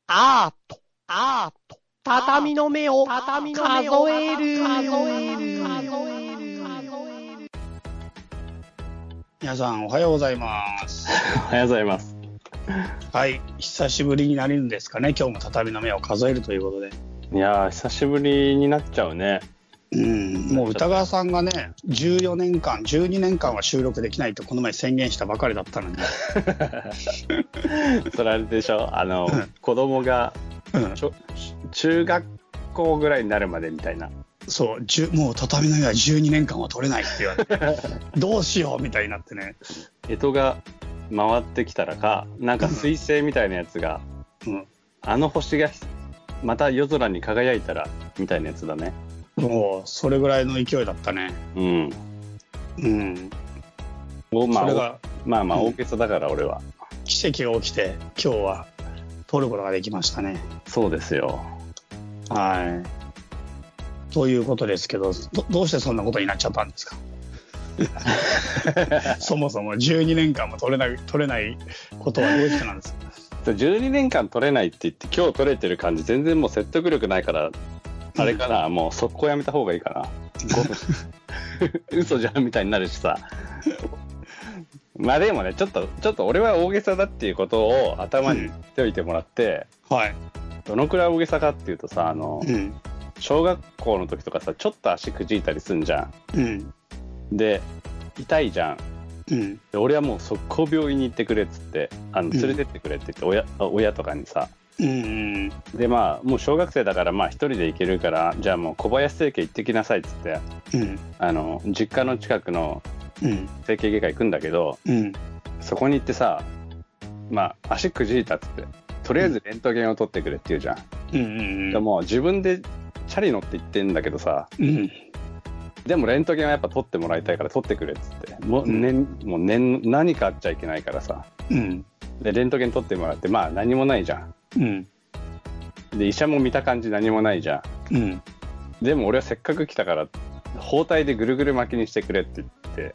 アート、畳の目を数える。 皆さんおはようございます。 おはようございます。 はい、久しぶりになるんですかね。今日も畳の目を数えるということで。 いやー、久しぶりになっちゃうね。 もう歌川さんがね、14年間、12年間は収録できないとこの前宣言したばかりだったのに。 それあれでしょ、子供が、中学校ぐらいになるまでみたいな。 そう、もう畳の目は12年間は取れないって言われてどうしようみたいになってね。 干支が回ってきたらか、なんか彗星みたいなやつが、あの星がまた夜空に輝いたらみたいなやつだね。 もうそれぐらいの勢いだったね。 まそれがまあ大げさだから俺は。 奇跡が起きて今日は撮ることができましたね。 そうですよ。 はい。ということですけど、どうしてそんなことになっちゃったんですか？そもそも12年間も撮れないことはどうしてなんですか ？12年間撮れないって言って今日撮れてる感じ全然もう説得力ないから、あれかな、もう速攻やめた方がいいかな。嘘じゃんみたいになるしさ。まあでもね、ちょっと俺は大げさだっていうことを頭にしておいてもらって、 はい。 どのくらい大げさかっていうとさ、小学校の時とかさ、ちょっと足くじいたりすんじゃん。で痛いじゃん。で俺はもう速攻病院に行ってくれっつって連れてってくれって言って親とかにさ。でまあもう小学生だからまあ一人で行けるから、じゃあもう小林整形行ってきなさいっつって、実家の近くの整形外科行くんだけど、そこに行ってさ、まあ足くじいたっつってとりあえずレントゲンを取ってくれって言うじゃん。でも自分でチャリ乗って行ってんだけどさ、でもレントゲンはやっぱ取ってもらいたいから取ってくれっつって、もう何かあっちゃいけないからさ、でレントゲン取ってもらって、まあ何もないじゃん。で医者も見た感じ何もないじゃん。でも俺はせっかく来たから包帯でぐるぐる巻きにしてくれって言って、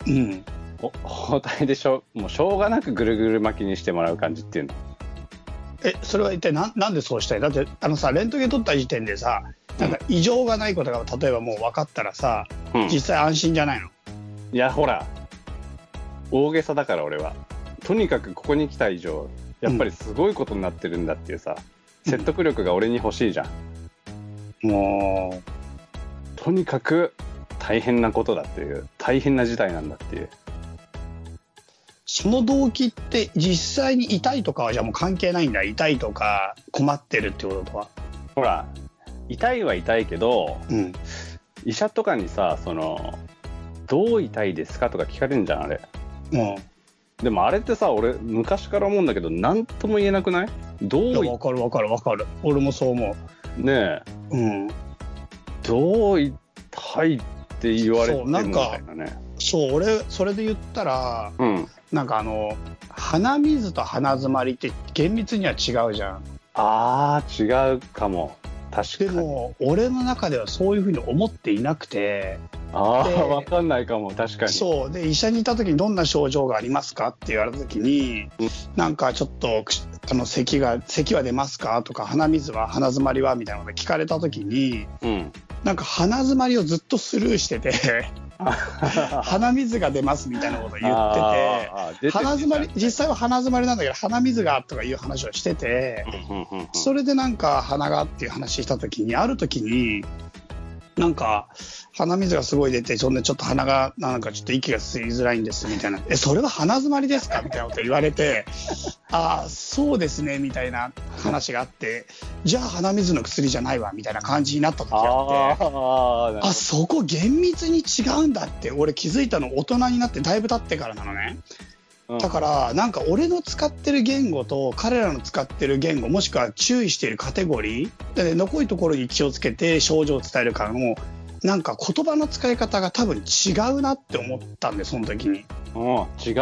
包帯でもうしょうがなくぐるぐる巻きにしてもらう感じっていうの。 それは一体なんでそうしたい？だってさ、レントゲン取った時点でさ、なんか異常がないことが例えばもう分かったらさ、実際安心じゃないの？ いやほら、大げさだから俺はとにかくここに来た以上やっぱりすごいことになってるんだっていうさ、説得力が俺に欲しいじゃん。もうとにかく大変なことだっていう、大変な事態なんだっていう。 その動機って実際に痛いとかはじゃあもう関係ないんだ？痛いとか困ってるってこととは。 ほら痛いは痛いけど、医者とかにさ、どう痛いですかとか聞かれるんじゃんあれ。でもあれってさ、俺昔から思うんだけど何とも言えなくない？ 分かる。俺もそう思うねえ。どう痛いって言われてもみたいなね。 そう俺それで言ったら、なんか鼻水と鼻づまりって厳密には違うじゃん。 違うかも。確かに。 でも俺の中ではそういうふうに思っていなくて。 分かんないかも。確かに。 そうで、医者にいた時にどんな症状がありますかって言われた時に、なんかちょっと咳は出ますかとか、鼻水は鼻づまりはみたいなので聞かれた時に、なんか鼻づまりをずっとスルーしてて鼻水が出ますみたいなことを言ってて、鼻づまり実際は鼻づまりなんだけど鼻水がとかいう話をしてて、それでなんか鼻がっていう話した時に、ある時になんか鼻水がすごい出て、そんでちょっと鼻がなんかちょっと息が吸いづらいんですみたいな、それは鼻づまりですかみたいなこと言われてそうですねみたいな話があって、じゃあ鼻水の薬じゃないわみたいな感じになった時あって、そこ厳密に違うんだって俺気づいたの大人になってだいぶ経ってからなのね。だからなんか俺の使ってる言語と彼らの使ってる言語、もしくは注意しているカテゴリーで、どこいうところに気をつけて症状を伝えるかのなんか言葉の使い方が多分違うなって思ったんで、その時に。 違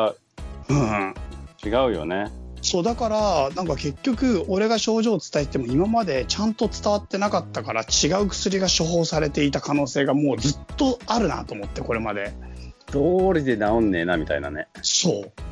うよね。 そうだからなんか結局俺が症状を伝えても今までちゃんと伝わってなかったから、違う薬が処方されていた可能性がもうずっとあるなと思って、これまで。 通りで治んねえなみたいなね。 そう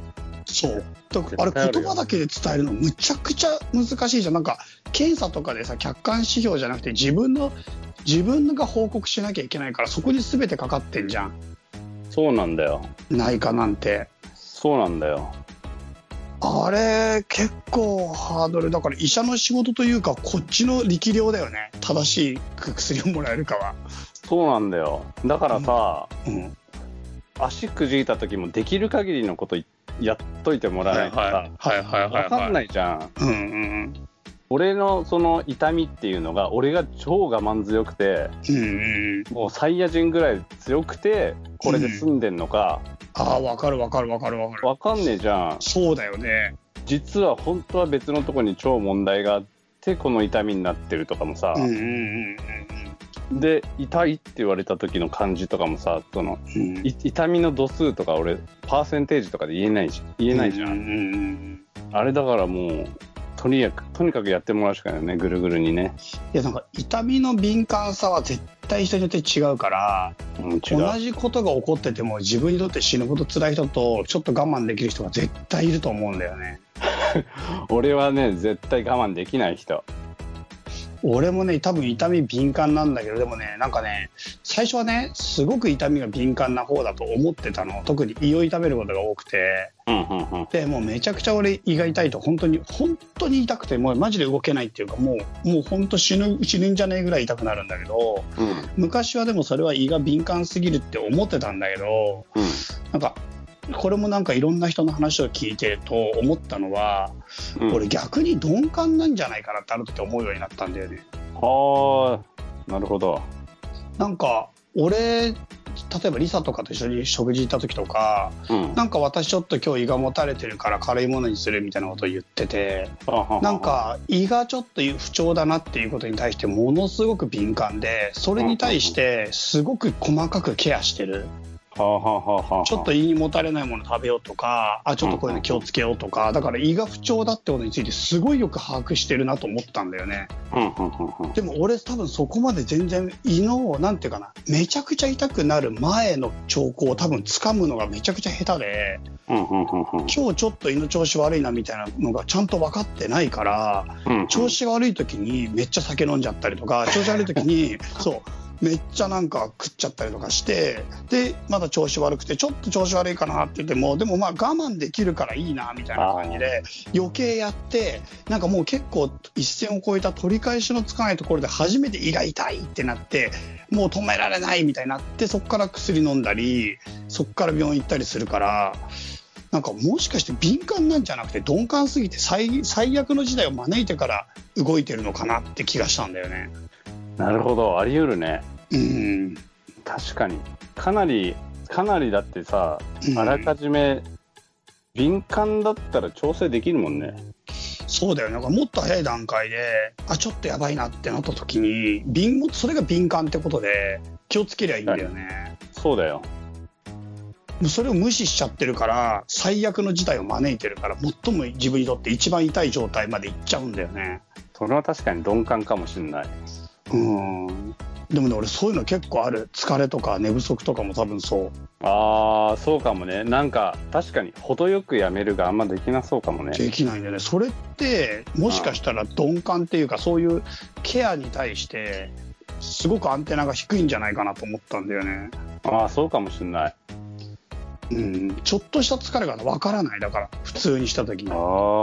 そうだからあれ言葉だけで伝えるのむちゃくちゃ難しいじゃん。なんか検査とかでさ客観指標じゃなくて自分が報告しなきゃいけないからそこに全てかかってんじゃん。 そうなんだよ。 内科なんて。 そうなんだよ。 あれ結構ハードルだから医者の仕事というかこっちの力量だよね。正しい薬をもらえるかは。 そうなんだよ。だからさ、足くじいた時もできる限りのことやっといてもらわないとさ分かんないじゃん。俺のその痛みっていうのが俺が超我慢強くて、もうサイヤ人ぐらい強くてこれで済んでんのか、 分かる分かんねえじゃん。 そうだよね。 実は本当は別のとこに超問題があってこの痛みになってるとかもさ、で痛いって言われた時の感じとかもさその、痛みの度数とか俺パーセンテージとかで言えないじゃん。あれだからもうとにかくやってもらうしかないよね。ぐるぐるにね。 いやなんか痛みの敏感さは絶対人によって違うから、同じことが起こってても自分にとって死ぬほど辛い人とちょっと我慢できる人が絶対いると思うんだよね。 俺はね絶対我慢できない人。 俺もね多分痛み敏感なんだけどでもねなんかね最初はねすごく痛みが敏感な方だと思ってたの。特に胃を痛めることが多くて、でもうめちゃくちゃ俺胃が痛いと本当に痛くてもうマジで動けないっていうかもう本当死ぬんじゃねえぐらい痛くなるんだけど、昔はでもそれは胃が敏感すぎるって思ってたんだけど、なんかこれもなんかいろんな人の話を聞いてると思ったのは、俺逆に鈍感なんじゃないかなってある時思うようになったんだよね。 なるほど。 なんか俺例えばリサとかと一緒に食事行った時とか、なんか私ちょっと今日胃がもたれてるから軽いものにするみたいなことを言ってて、なんか胃がちょっと不調だなっていうことに対してものすごく敏感でそれに対してすごく細かくケアしてる。ちょっと胃にもたれないもの食べようとかちょっとこういうの気をつけようとかだから胃が不調だってことについてすごいよく把握してるなと思ったんだよね。でも俺多分そこまで全然胃のなんていうかなめちゃくちゃ痛くなる前の兆候を多分掴むのがめちゃくちゃ下手で、今日ちょっと胃の調子悪いなみたいなのがちゃんと分かってないから、調子が悪い時にめっちゃ酒飲んじゃったりとか調子悪い時にそうめっちゃなんか食っちゃったりとかしてでまだ調子悪くてちょっと調子悪いかなって言ってもでもまあ我慢できるからいいなみたいな感じで余計やってなんかもう結構一線を越えた取り返しのつかないところで初めて胃が痛いってなってもう止められないみたいになってそこから薬飲んだりそこから病院行ったりするからなんかもしかして敏感なんじゃなくて鈍感すぎて最悪の事態を招いてから動いてるのかなって気がしたんだよね。 なるほど、あり得るね。確かにかなりだってさ、あらかじめ敏感だったら調整できるもんね。 そうだよね。なんかもっと早い段階でちょっとやばいなってなった時にそれが敏感ってことで気をつけりゃいいんだよね。 そうだよ。 それを無視しちゃってるから最悪の事態を招いてるから最も自分にとって一番痛い状態までいっちゃうんだよね。 それは確かに鈍感かもしれない。 でもね俺そういうの結構ある。疲れとか寝不足とかも多分そう。 そうかもね。なんか確かに程よくやめるがあんまできなそうかもね。 できないんだよね。それってもしかしたら鈍感っていうかそういうケアに対してすごくアンテナが低いんじゃないかなと思ったんだよね。 そうかもしれない。 ちょっとした疲れが分からない。だから普通にした時に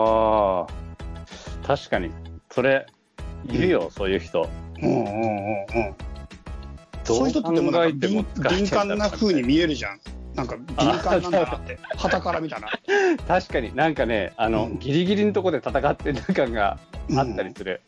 確かにそれいるよ、そういう人。 そういう人ってでもなんか敏感な風に見えるじゃん。なんか敏感なんだなって傍から見たら確かになんかねギリギリのとこで戦ってる感があったりする。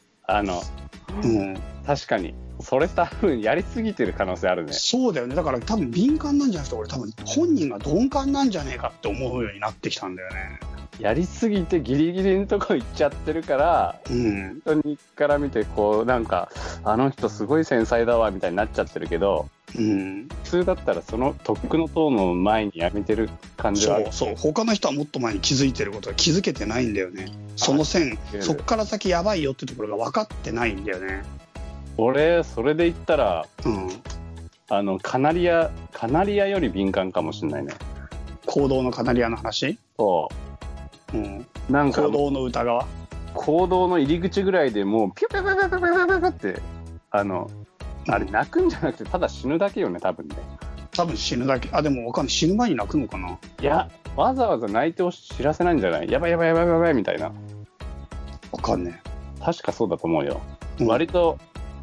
確かにそれ多分やりすぎてる可能性あるね。 そうだよね。だから多分敏感なんじゃなくて俺多分本人が鈍感なんじゃねえかって思うようになってきたんだよね。 やりすぎてギリギリのとこ行っちゃってるから、人から見てこうなんかあの人すごい繊細だわみたいになっちゃってるけど、普通だったらそのとっくの塔の前にやめてる感じはある。 そう他の人はもっと前に気づいてることは気づけてないんだよね。その線そっから先やばいよってところが分かってないんだよね。 俺それで言ったら、カナリアより敏感かもしれないね。 行動のカナリアの話。 なんか行動の歌側、 行動の入り口ぐらいでもうピュピュピュピュピュピュピュってあれ泣くんじゃなくてただ死ぬだけよね多分ね。 多分死ぬだけ。でもわかんない、死ぬ前に泣くのかな。 いやわざわざ泣いて知らせないんじゃない？やばいやばいやばいやばいみたいな。 わかんねえ。確かそうだと思うよ。割と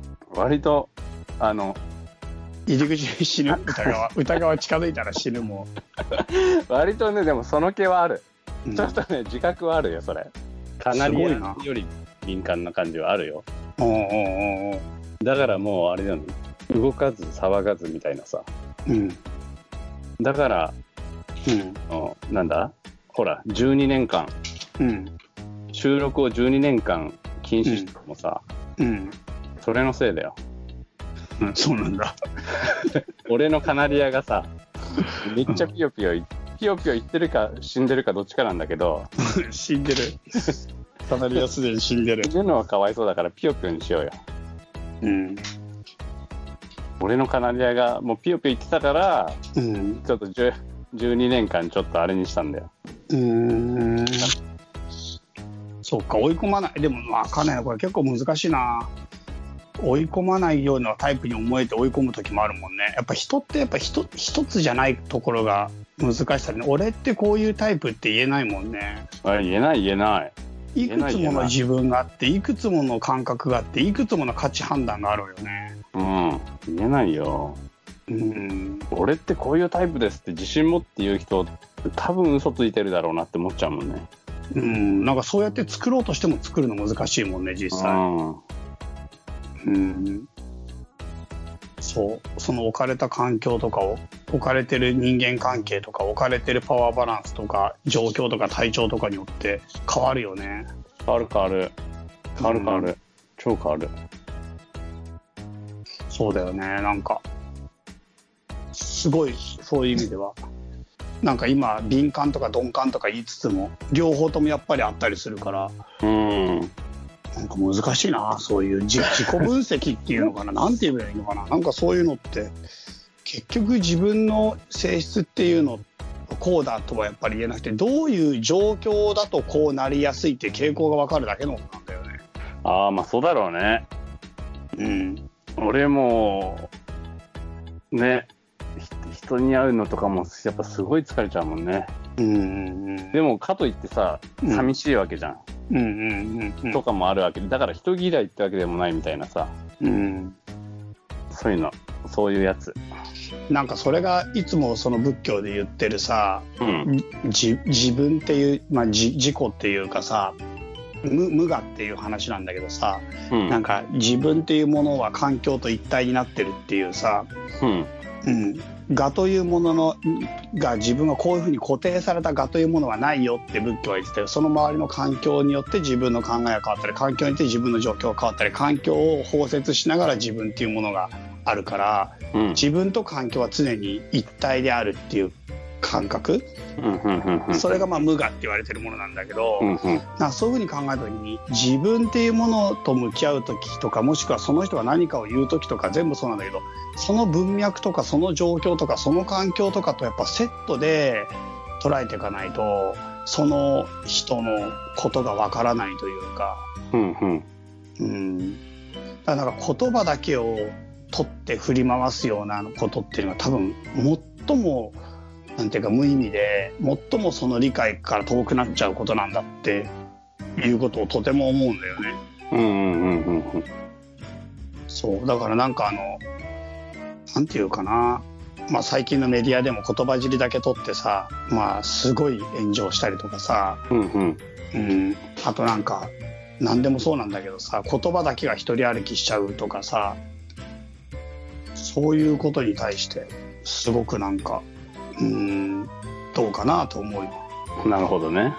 入り口で死ぬ歌川近づいたら死ぬも割とねでもその気はある、ちょっとね自覚はあるよそれ。カナリアより敏感な感じはあるよ。だからもうあれだよね、動かず騒がずみたいなさ、だから、なんだほら12年間、収録を12年間禁止してもさ、それのせいだよ。 そうなんだ。 俺のカナリアがさめっちゃピヨピヨ言ってるか死んでるかどっちかなんだけど死んでる。カナリアすでに死んでる。 死ぬのはかわいそうだからピヨピヨにしようよ。俺のカナリアがもうピヨピヨ言ってたから、ちょっと12年間ちょっとあれにしたんだよ。 そうか、追い込まない。でも分かんないな、これ結構難しいな。追い込まないようなタイプに思えて追い込む時もあるもんね。やっぱ人って一つじゃないところが難しさでね。俺ってこういうタイプって言えないもんね。 言えない。 いくつもの自分があって、いくつもの感覚があって、いくつもの価値判断があるよね。 言えないよ。俺ってこういうタイプですって自信持って言う人多分嘘ついてるだろうなって思っちゃうもんね。 なんかそうやって作ろうとしても作るの難しいもんね実際。その置かれた環境とか置かれてる人間関係とか置かれてるパワーバランスとか状況とか体調とかによって変わるよね。 変わる超変わる。 そうだよね。なんかすごいそういう意味ではなんか今敏感とか鈍感とか言いつつも両方ともやっぱりあったりするから、なんか難しいな。そういう自己分析っていうのかななんて言えばいいのかな。なんかそういうのって結局自分の性質っていうのこうだとはやっぱり言えなくて、どういう状況だとこうなりやすいっていう傾向が分かるだけのことなんだよね。 まあそうだろうね。俺もね人に会うのとかもやっぱすごい疲れちゃうもんね。でもかといってさ寂しいわけじゃん、とかもあるわけで、だから人嫌いってわけでもないみたいなさ、そういうやつ。 なんかそれがいつもその仏教で言ってるさ、自分っていう、自己っていうかさ無我っていう話なんだけどさ、なんか自分っていうものは環境と一体になってるっていうさ、我というものが自分がこういうふうに固定された我というものはないよって仏教は言ってたよ。その周りの環境によって自分の考えが変わったり、環境によって自分の状況が変わったり、環境を包摂しながら自分っていうものがあるから、自分と環境は常に一体であるっていう感覚、それが無我って言われてるものなんだけど、そういうふうに考えた時に自分っていうものと向き合う時とか、もしくはその人が何かを言う時とか全部そうなんだけど、その文脈とかその状況とかその環境とかとやっぱセットで捉えていかないとその人のことがわからないというか、だから言葉だけを取って振り回すようなことっていうのは多分最もなんていうか無意味で最もその理解から遠くなっちゃうことなんだっていうことをとても思うんだよね。そうだからなんかなんていうかな、最近のメディアでも言葉尻だけ取ってさ、すごい炎上したりとかさ、あとなんか何でもそうなんだけどさ、言葉だけが一人歩きしちゃうとかさ、そういうことに対してすごくなんかどうかなと思うよ。 なるほどね。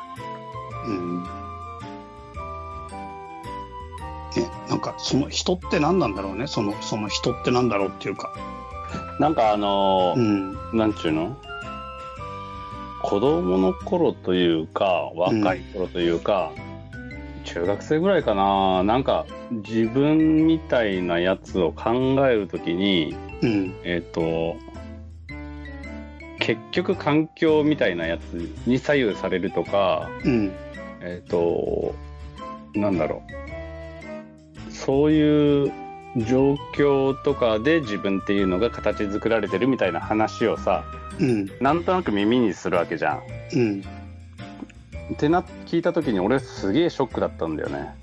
なんかその人って何なんだろうね。その人って何だろうっていうか、 なんかなんちゅうの、子供の頃というか若い頃というか、中学生ぐらいかな、なんか自分みたいなやつを考えるときに、結局環境みたいなやつに左右されるとか、 なんだろう、そういう状況とかで自分っていうのが形作られてるみたいな話をさ、なんとなく耳にするわけじゃん。って聞いた時に俺すげえショックだったんだよね。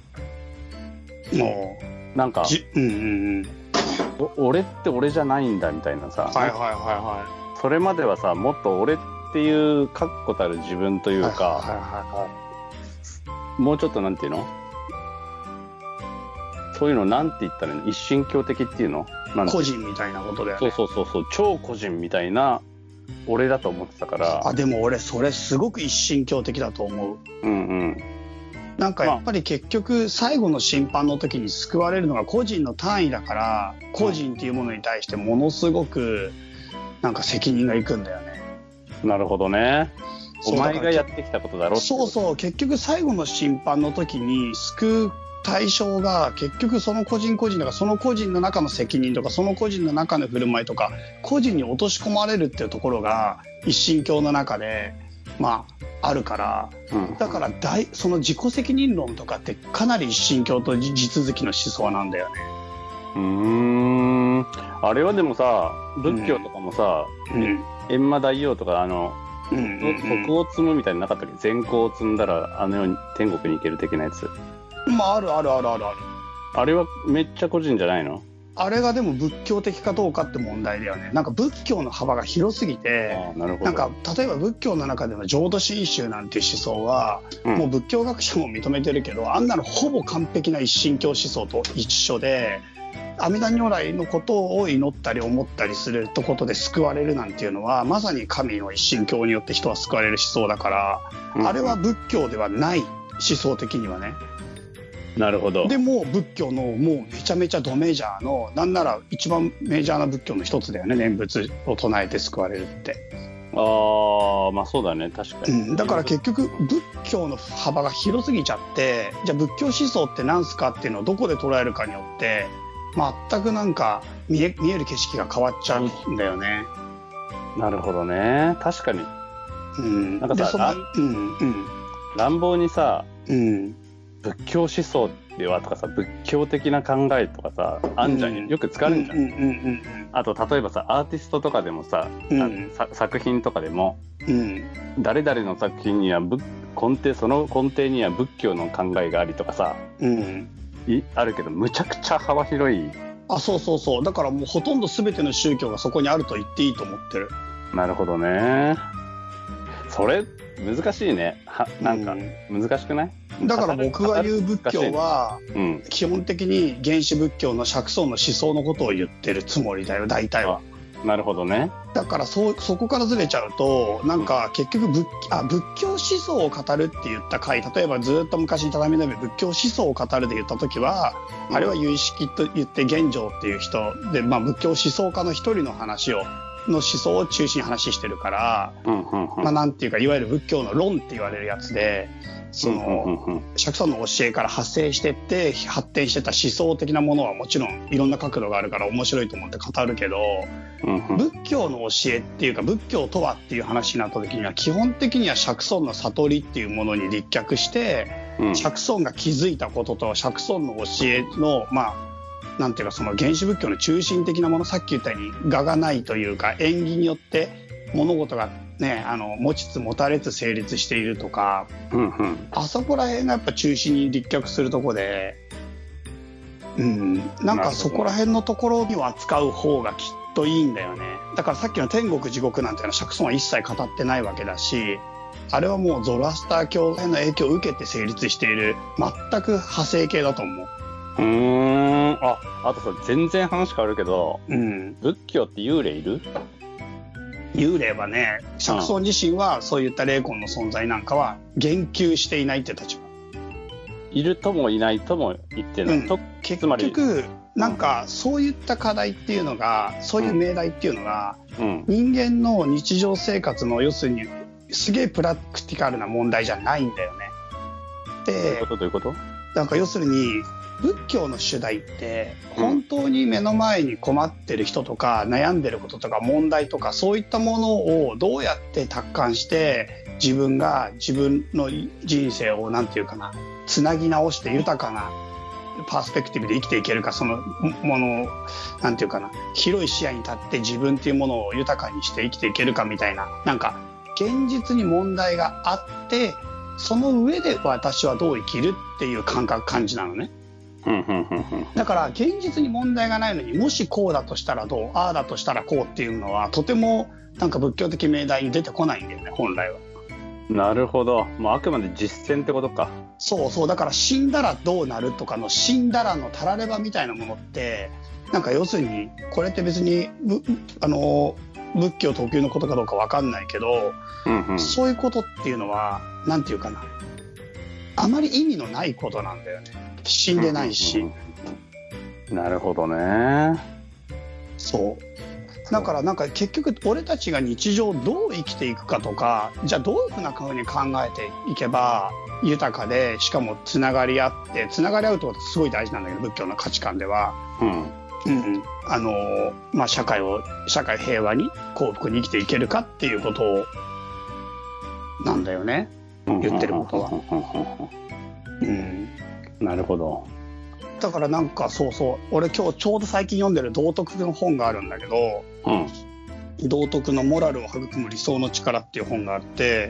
なんか、俺って俺じゃないんだみたいなさ、それまではさ、もっと俺っていう確固たる自分というか、もうちょっとなんていうの、そういうのなんて言ったらいいの、一神教的っていうの、 個人みたいなことだよね。 そう超個人みたいな俺だと思ってたから。 でも俺それすごく一神教的だと思う。なんかやっぱり結局最後の審判の時に救われるのが個人の単位だから、個人っていうものに対してものすごくなんか責任がいくんだよね。 なるほどね。お前がやってきたことだろって。 そう結局最後の審判の時に救う対象が結局その個人個人だから、その個人の中の責任とかその個人の中の振る舞いとか個人に落とし込まれるっていうところが一神教の中であるから、だからその自己責任論とかってかなり一神教と地続きの思想なんだよね。 あれはでもさ、仏教とかもさ、閻魔大王とか徳を積むみたいなのなかったっけ？善行を積んだら世に天国に行ける的なやつ。 ある。 あれはめっちゃ個人じゃないの？ あれがでも仏教的かどうかって問題だよね。なんか仏教の幅が広すぎて、なんか例えば仏教の中での浄土真宗なんていう思想は、もう仏教学者も認めてるけど、あんなのほぼ完璧な一神教思想と一緒で、阿弥陀如来のことを祈ったり思ったりするとことで救われるなんていうのは、まさに神の一神教によって人は救われる思想だから、あれは仏教ではない思想的にはね。 なるほど。 でも仏教のもうめちゃめちゃドメジャーの、なんなら一番メジャーな仏教の一つだよね、念仏を唱えて救われるって。 そうだね、確かに。 だから結局仏教の幅が広すぎちゃって、じゃあ仏教思想って何すかっていうのをどこで捉えるかによって全くなんか見える景色が変わっちゃうんだよね。 なるほどね、確かに。なんかさ、乱暴にさ、仏教思想ではとかさ、仏教的な考えとかさ、あんじゃん、よく使われるじゃん。あと例えばさ、アーティストとかでもさ、作品とかでも、誰々の作品にはその根底には仏教の考えがありとかさ、あるけど、むちゃくちゃ幅広い。 そうだからもうほとんど全ての宗教がそこにあると言っていいと思ってる。 なるほどね。それ難しいね。なんか難しくない？ だから僕が言う仏教は、基本的に原始仏教の釈尊の思想のことを言ってるつもりだよ、大体は。 なるほどね。 だからそこからずれちゃうと、なんか結局仏教思想を語るって言った回、例えばずっと昔に畳の上仏教思想を語るで言った時は、あれは有識と言って玄奘っていう人で、仏教思想家の一人の話の思想を中心に話してるから、なんていうか、いわゆる仏教の論って言われるやつで、その釈尊の教えから派生してって発展してた思想的なものはもちろんいろんな角度があるから面白いと思って語るけど、仏教の教えっていうか仏教とはっていう話になった時には、基本的には釈尊の悟りっていうものに立脚して、釈尊が気づいたことと釈尊の教えのなんていうか、その原始仏教の中心的なもの、さっき言ったように我がないというか縁起によって物事がね、持ちつ持たれつ成立しているとか、あそこら辺がやっぱ中心に立脚するとこで、なんかそこら辺のところには扱う方がきっといいんだよね。だからさっきの天国地獄なんていうのは釈尊は一切語ってないわけだし、あれはもうゾロアスター教の影響を受けて成立している全く派生系だと思う。 あとさ、全然話変わるけど、仏教って幽霊いる？ 幽霊はね、釈尊自身はそういった霊魂の存在なんかは言及していないって立場。 いるともいないとも言ってない。 結局なんかそういった課題っていうのが、そういう命題っていうのが、人間の日常生活の要するにすげえプラクティカルな問題じゃないんだよね。 どういうこと？ なんか要するに仏教の主題って本当に目の前に困ってる人とか悩んでることとか問題とか、そういったものをどうやって達観して自分が自分の人生をなんていうかな、つなぎ直して豊かなパースペクティブで生きていけるか、そのものをなんていうかな、広い視野に立って自分っていうものを豊かにして生きていけるかみたいな、なんか現実に問題があってその上で私はどう生きるっていう感じなのね。だから現実に問題がないのに、もしこうだとしたらどう、ああだとしたらこうっていうのはとてもなんか仏教的命題に出てこないんだよね、本来は。 なるほど。もうあくまで実践ってことか。 そうそう、だから死んだらどうなるとかの死んだらのたらればみたいなものって、なんか要するにこれって別に仏教特有のことかどうか分かんないけど、そういうことっていうのはなんていうかな、あまり意味のないことなんだよね。死んでないし、 なるほどね。 そうだからなんか結局俺たちが日常どう生きていくかとか、じゃあどういうふうな風に考えていけば豊かで、しかもつながり合うってことすごい大事なんだけど、仏教の価値観では、社会平和に幸福に生きていけるかっていうことをなんだよね、言ってることは。 なるほど。 だからなんかそうそう、俺今日ちょうど最近読んでる道徳の本があるんだけど、道徳のモラルを育む理想の力っていう本があって、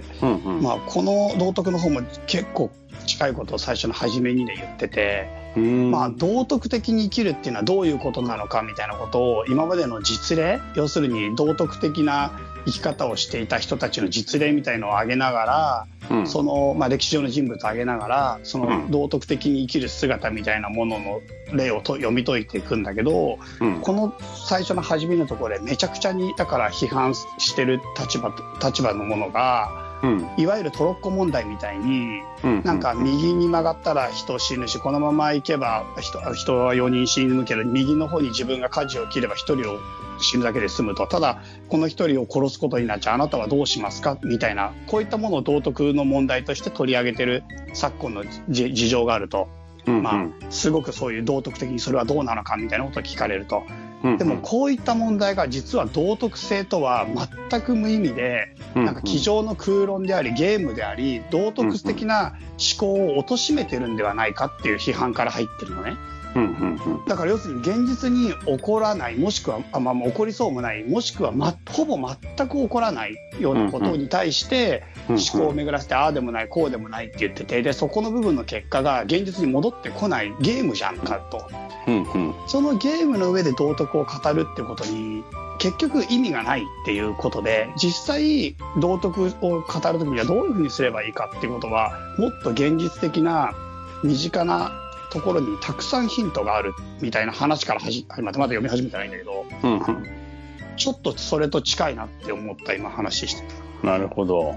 この道徳の本も結構近いことを最初の初めにね言ってて、道徳的に生きるっていうのはどういうことなのかみたいなことを今までの実例、要するに道徳的な生き方をしていた人たちの実例みたいのを挙げながら、その、歴史上の人物を挙げながら、その道徳的に生きる姿みたいなものの例を読み解いていくんだけど、この最初の初めのところでめちゃくちゃにだから批判してる立場のものが、いわゆるトロッコ問題みたいに、なんか右に曲がったら人死ぬし、このまま行けば人は4人死ぬけど、右の方に自分が舵を切れば1人を死ぬだけで済むと、ただこの1人を殺すことになっちゃう、あなたはどうしますかみたいな、こういったものを道徳の問題として取り上げてる昨今の事情があると、すごくそういう道徳的にそれはどうなのかみたいなことを聞かれると、でもこういった問題が実は道徳性とは全く無意味で、なんか机上の空論でありゲームであり、道徳的な思考を貶めてるんではないかっていう批判から入ってるのね。だから要するに現実に起こらない、もしくは起こりそうもない、もしくはほぼ全く起こらないようなことに対して思考を巡らせて、ああでもないこうでもないって言ってて、でそこの部分の結果が現実に戻ってこないゲームじゃんかと、そのゲームの上で道徳を語るってことに結局意味がないっていうことで、実際道徳を語るときにはどういうふうにすればいいかっていうことは、もっと現実的な身近なところにたくさんヒントがあるみたいな話から始まって、まだ読み始めてないんだけど、ちょっとそれと近いなって思った今話してた。 なるほど。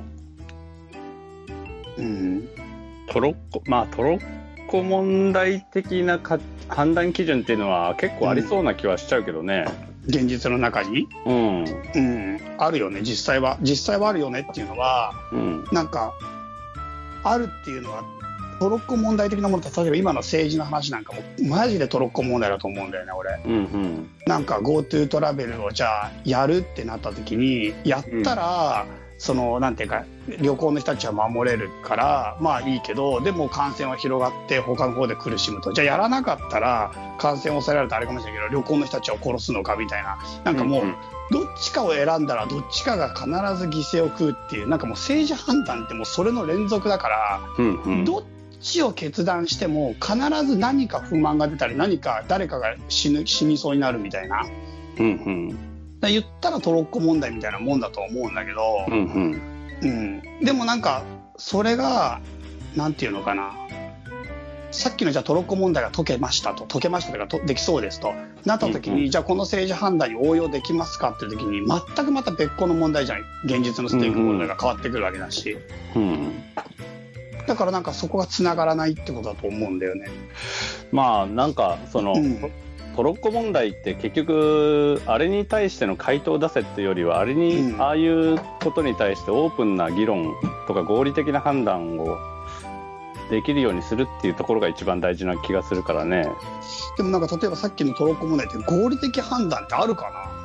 トロッコ問題的な判断基準っていうのは結構ありそうな気はしちゃうけどね、 現実の中に、あるよね。実際はあるよねっていうのは、なんかあるっていうのはトロッコ問題的なものと、例えば今の政治の話なんかもマジでトロッコ問題だと思うんだよね俺。なんか GoTo トラベルをじゃあやるってなった時に、やったら、そのなんていうか旅行の人たちは守れるからまあいいけど、でも感染は広がって他の方で苦しむと、じゃあやらなかったら感染を抑えられたらあれかもしれないけど旅行の人たちを殺すのかみたいな、なんかもうどっちかを選んだらどっちかが必ず犠牲を食うっていう、なんかもう政治判断ってもうそれの連続だから、どっちを決断しても必ず何か不満が出たり、何か誰かが死にそうになるみたいな、言ったらトロッコ問題みたいなもんだと思うんだけど、でもなんかそれがなんていうのかな、さっきのじゃあトロッコ問題が解けましたとかできそうですとなった時に、じゃあこの政治判断に応用できますかっていう時に全くまた別個の問題じゃない、現実のステークホルダーが変わってくるわけだし、だからなんかそこがつながらないってことだと思うんだよね。 なんかその、トロッコ問題って結局あれに対しての回答を出せっていうよりは、あれに、ああいうことに対してオープンな議論とか合理的な判断をできるようにするっていうところが一番大事な気がするからね。 でもなんか例えばさっきのトロッコ問題って合理的判断ってあるかな。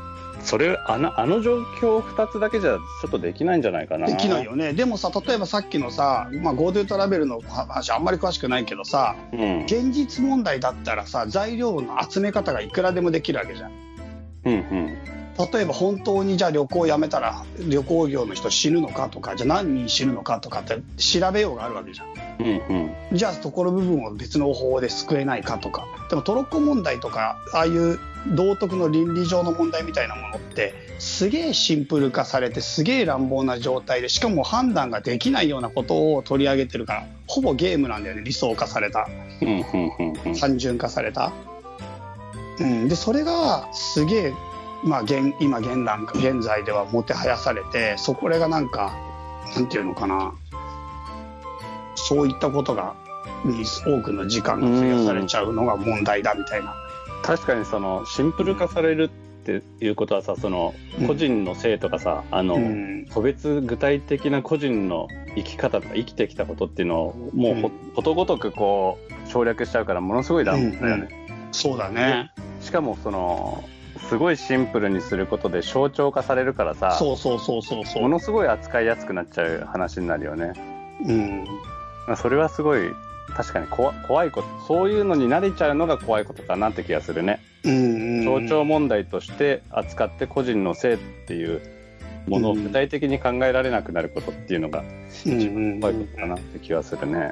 あの状況2つだけじゃちょっとできないんじゃないかな。 できないよね。でもさ、例えばさっきのさ、GoTo トラベルの話あんまり詳しくないけどさ、現実問題だったらさ、材料の集め方がいくらでもできるわけじゃん。例えば本当にじゃあ旅行をやめたら旅行業の人死ぬのかとか、じゃあ何人死ぬのかとかって調べようがあるわけじゃん。じゃあそこの部分を別の方法で救えないかとか。でもトロッコ問題とかああいう道徳の倫理上の問題みたいなものってすげえシンプル化されて、すげえ乱暴な状態で、しかも判断ができないようなことを取り上げてるから、ほぼゲームなんだよね。理想化された、単純化された、でそれがすげえ今現在ではもてはやされて、これがなんていうのかな、そういったことに多くの時間が費やされちゃうのが問題だみたいな。 確かにそのシンプル化されるっていうことはさ、その個人の性とかさ、個別具体的な個人の生き方とか生きてきたことっていうのをもうことごとくこう省略しちゃうから、ものすごい乱暴だよね。 そうだね。 しかもそのすごいシンプルにすることで象徴化されるからさ、ものすごい扱いやすくなっちゃう話になるよね。それはすごい確かに怖いこと、そういうのに慣れちゃうのが怖いことかなって気がするね。象徴問題として扱って個人の性っていうものを具体的に考えられなくなることっていうのが一番怖いことかなって気がするね。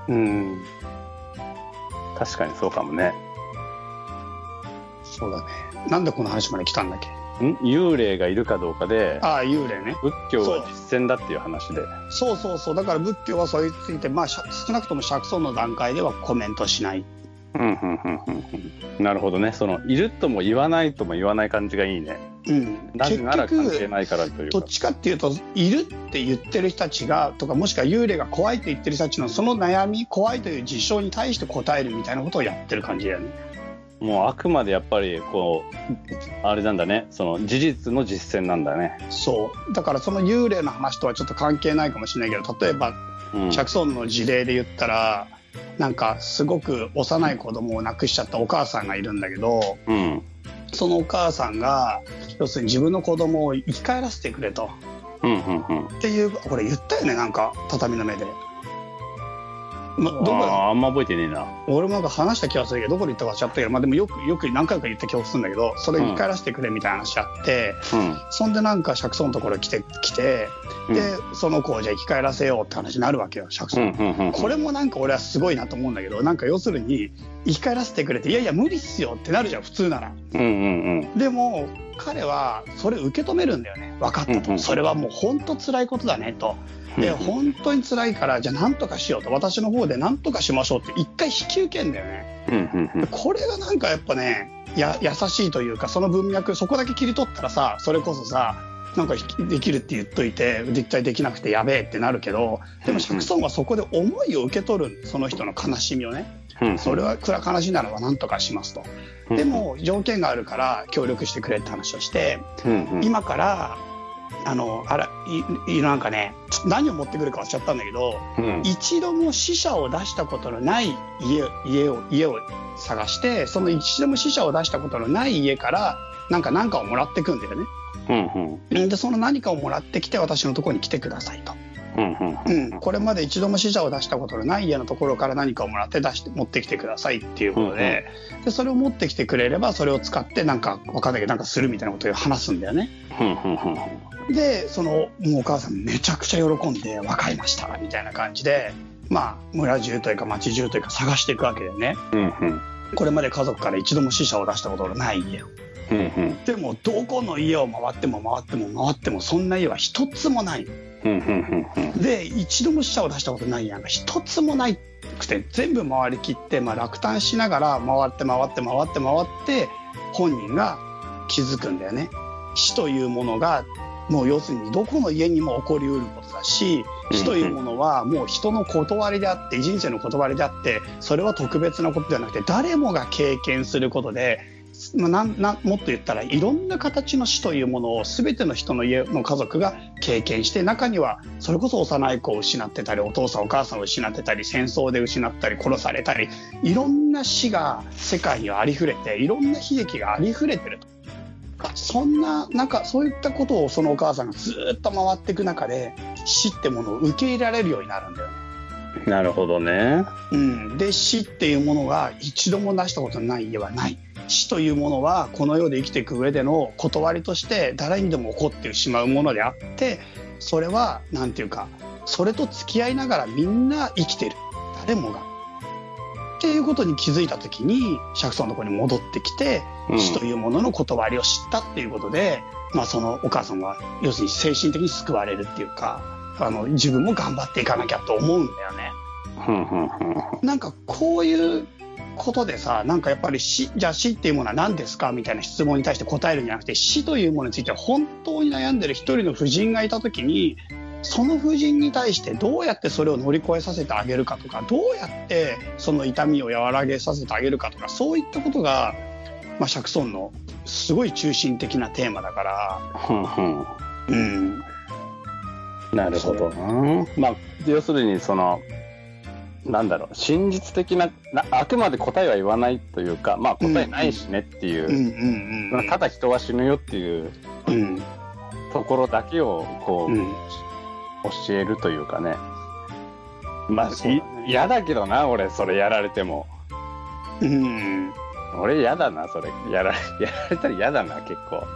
確かにそうかもね。 そうだね。なんでこの話まで来たんだっけ。 幽霊がいるかどうかで、 幽霊ね。 仏教は実践だっていう話で。 そうだから仏教はそれについて、少なくとも釈尊の段階ではコメントしない。 なるほどね。そのいるとも言わないとも言わない感じがいいね。なぜなら関係ないからというか。 どっちかっていうと、いるって言ってる人たちがとか、もしくは幽霊が怖いと言ってる人たちのその悩み、怖いという事象に対して答えるみたいなことをやってる感じだよね。 もうあくまでやっぱりこうあれなんだね、その事実の実践なんだね。 そうだからその幽霊の話とはちょっと関係ないかもしれないけど、例えば釈尊の事例で言ったら、なんかすごく幼い子供を亡くしちゃったお母さんがいるんだけど、そのお母さんが要するに自分の子供を生き返らせてくれと、っていう、これ言ったよね、なんか畳の目で。 あんま覚えてねえな。 俺もなんか話した気がするけど、どこで言ったか忘れちゃったけど、でもよく何回か言った記憶するんだけど、それに帰らせてくれみたいな話あって、そんでなんか釈尊のところ来て、でその子をじゃあ生き返らせようって話になるわけよ、釈尊。これもなんか俺はすごいなと思うんだけど、なんか要するに生き返らせてくれて、いやいや無理っすよってなるじゃん普通なら。でも彼はそれ受け止めるんだよね。分かったと、それはもう本当辛いことだねと。で本当に辛いから、じゃあ何とかしようと、私の方で何とかしましょうって一回引き受けんだよね。これがなんかやっぱね、優しいというか、その文脈そこだけ切り取ったらさ、それこそさ、なんかできるって言っといて実際できなくてやべえってなるけど、でも釈尊はそこで思いを受け取る、その人の悲しみをね。それは悲しいならば何とかしますと。でも条件があるから協力してくれって話をして、今からなんかね、何を持ってくるか忘れちゃったんだけど、一度も死者を出したことのない家を探して、その一度も死者を出したことのない家から何かをもらってくんだよね。でその何かをもらってきて私のところに来てくださいと。これまで一度も死者を出したことのない家のところから何かをもらって持ってきてくださいっていうことで、それを持ってきてくれればそれを使ってなんか分かんないけどなんかするみたいなことを話すんだよね。でそのもうお母さんめちゃくちゃ喜んで、分かりましたみたいな感じで、村中というか町中というか探していくわけだよね。これまで家族から一度も死者を出したことのない家を。でもどこの家を回ってもそんな家は一つもない。で一度も死者を出したことない家が一つもないくて、全部回りきって、落胆しながら回って本人が気づくんだよね。死というものがもう要するにどこの家にも起こりうることだし、死というものはもう人の断りであって、人生の断りであって、それは特別なことではなくて誰もが経験することで、もっと言ったらいろんな形の死というものを全ての人の家の家族が経験して、中にはそれこそ幼い子を失ってたり、お父さんお母さんを失ってたり、戦争で失ったり殺されたり、いろんな死が世界にはありふれて、いろんな悲劇がありふれてると。 そんな、なんかそういったことをそのお母さんがずっと回っていく中で、死ってものを受け入れられるようになるんだよね。 なるほどね。 で、死っていうものが一度も成したことのない家はない。死というものはこの世で生きていく上での断りとして誰にでも起こってしまうものであって、それはなんていうか、それと付き合いながらみんな生きてる、誰もがっていうことに気づいた時に釈尊のところに戻ってきて、死というものの断りを知ったっていうことで、そのお母さんは要するに精神的に救われるっていうか、自分も頑張っていかなきゃと思うんだよね。なんかこういうことでさ、なんかやっぱりじゃあ死っていうものは何ですかみたいな質問に対して答えるんじゃなくて、死というものについて本当に悩んでる一人の婦人がいた時に、その婦人に対してどうやってそれを乗り越えさせてあげるかとか、どうやってその痛みを和らげさせてあげるかとか、そういったことが、釈尊のすごい中心的なテーマだから。 なるほどな。要するにそのなんだろう、真実的な、あくまで答えは言わないというか、答えないしねっていう、ただ人は死ぬよっていうところだけをこう、教えるというかね。嫌だけどな、俺それやられても。俺嫌だな、それやられたら嫌だな、結構。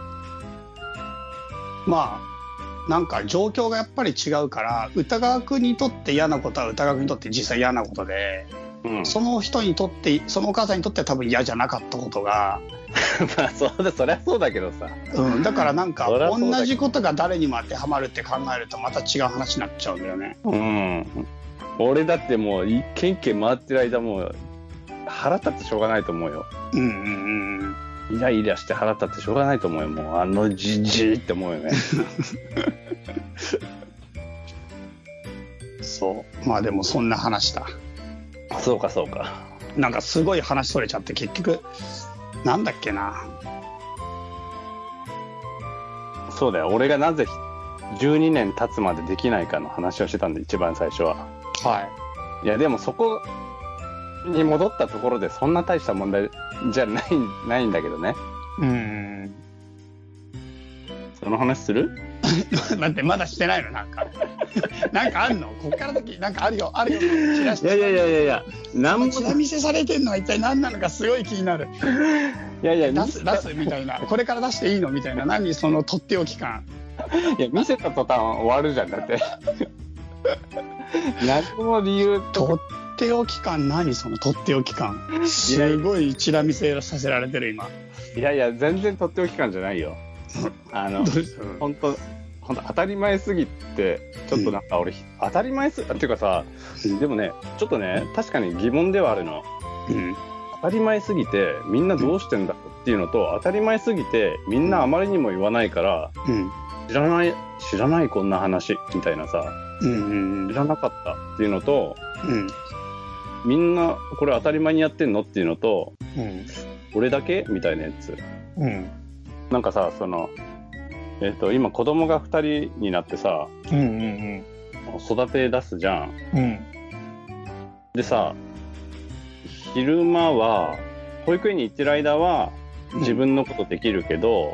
なんか状況がやっぱり違うから、歌川君にとって嫌なことは歌川君にとって実際嫌なことで、その人にとって、そのお母さんにとっては多分嫌じゃなかったことがそりゃそうだけどさ、 だからなんか同じことが誰にも当てはまるって考えるとまた違う話になっちゃうんだよね。 俺だってもうケンケン回ってる間もう腹立ってしょうがないと思うよ。イライラして腹立ってしょうがないと思うよ。もうじじいって思うよね。 そう。でもそんな話だ。 そうか。 なんかすごい話それちゃって、結局なんだっけな。 そうだよ。俺がなぜ12年経つまでできないかの話をしてたんで、一番最初は。いやでもそこに戻ったところでそんな大した問題じゃないんだけどね。その話する？ 待って、まだしてないの？なんかあんの？こっから先なんかあるよチラシ。 いや何もチラ見せされてんのは一体何なのかすごい気になる。出すみたいな、これから出していいのみたいな、何そのとっておき感。 いや見せた途端終わるじゃん、だって何も理由とっておき感、何そのとっておき感。すごいチラ見せさせられてる今。 いや全然とっておき感じゃないよ。本当当たり前すぎて、ちょっとなんか俺、当たり前っていうかさ、でもね、ちょっとね、確かに疑問ではあるの。当たり前すぎてみんなどうしてんだっていうのと、当たり前すぎてみんなあまりにも言わないから、知らないこんな話みたいなさ、知らなかったっていうのと、みんなこれ当たり前にやってんのっていうのと、俺だけみたいなやつ。なんかさ、その今子供が2人になってさ、育て出すじゃん。でさ、昼間は保育園に行ってる間は自分のことできるけど、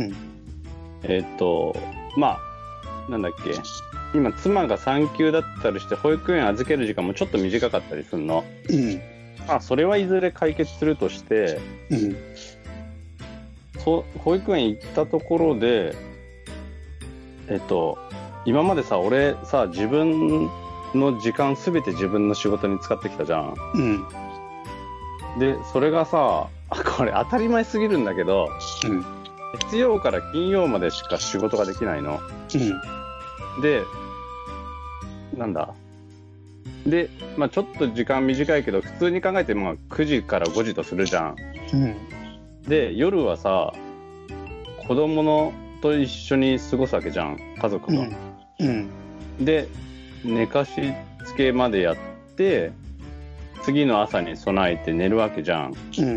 なんだっけ、今妻が産休だったりして保育園預ける時間もちょっと短かったりするの。それはいずれ解決するとして、保育園行ったところで、今までさ、俺さ、自分の時間すべて自分の仕事に使ってきたじゃん。でそれがさ、これ当たり前すぎるんだけど、月曜から金曜までしか仕事ができないの。でなんだで、ちょっと時間短いけど普通に考えて9時から5時とするじゃん。で夜はさ、子供と一緒に過ごすわけじゃん、家族の。で寝かしつけまでやって次の朝に備えて寝るわけじゃん。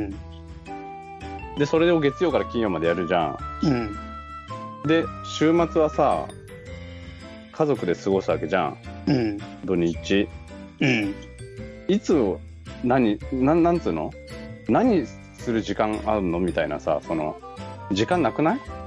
でそれを月曜から金曜までやるじゃん。で週末はさ、家族で過ごすわけじゃん。土日。いつなんつうの、何する時間あるのみたいなさ、その時間なくない？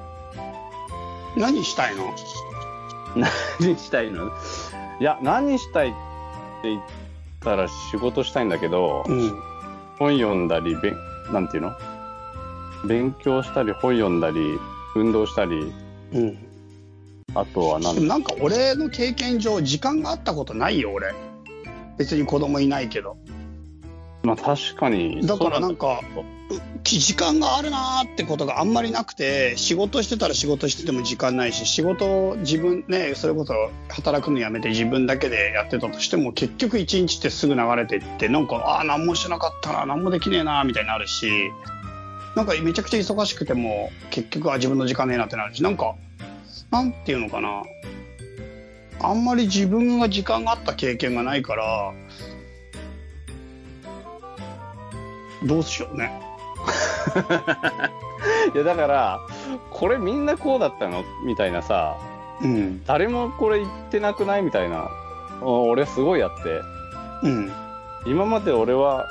何したいの？ 何したいの？いや、何したいって言ったら仕事したいんだけど、本読んだり、なんていうの？勉強したり、本読んだり、運動したり、あとはなんか俺の経験上、時間があったことないよ、俺。別に子供いないけど。 まあ確かに。 だからなんか、時間があるなーってことがあんまりなくて、仕事してたら仕事してても時間ないし、仕事を自分ね、それこそ働くのやめて自分だけでやってたとしても、結局一日ってすぐ流れていって、なんか、何もしなかったな、何もできねえな、みたいになるし、なんかめちゃくちゃ忙しくても、結局は自分の時間ねえなってなるし、なんか、なんていうのかな、あんまり自分が時間があった経験がないから、どうしようね。 いやだからこれみんなこうだったのみたいなさ、誰もこれ言ってなくないみたいな、俺すごいあって、今まで俺は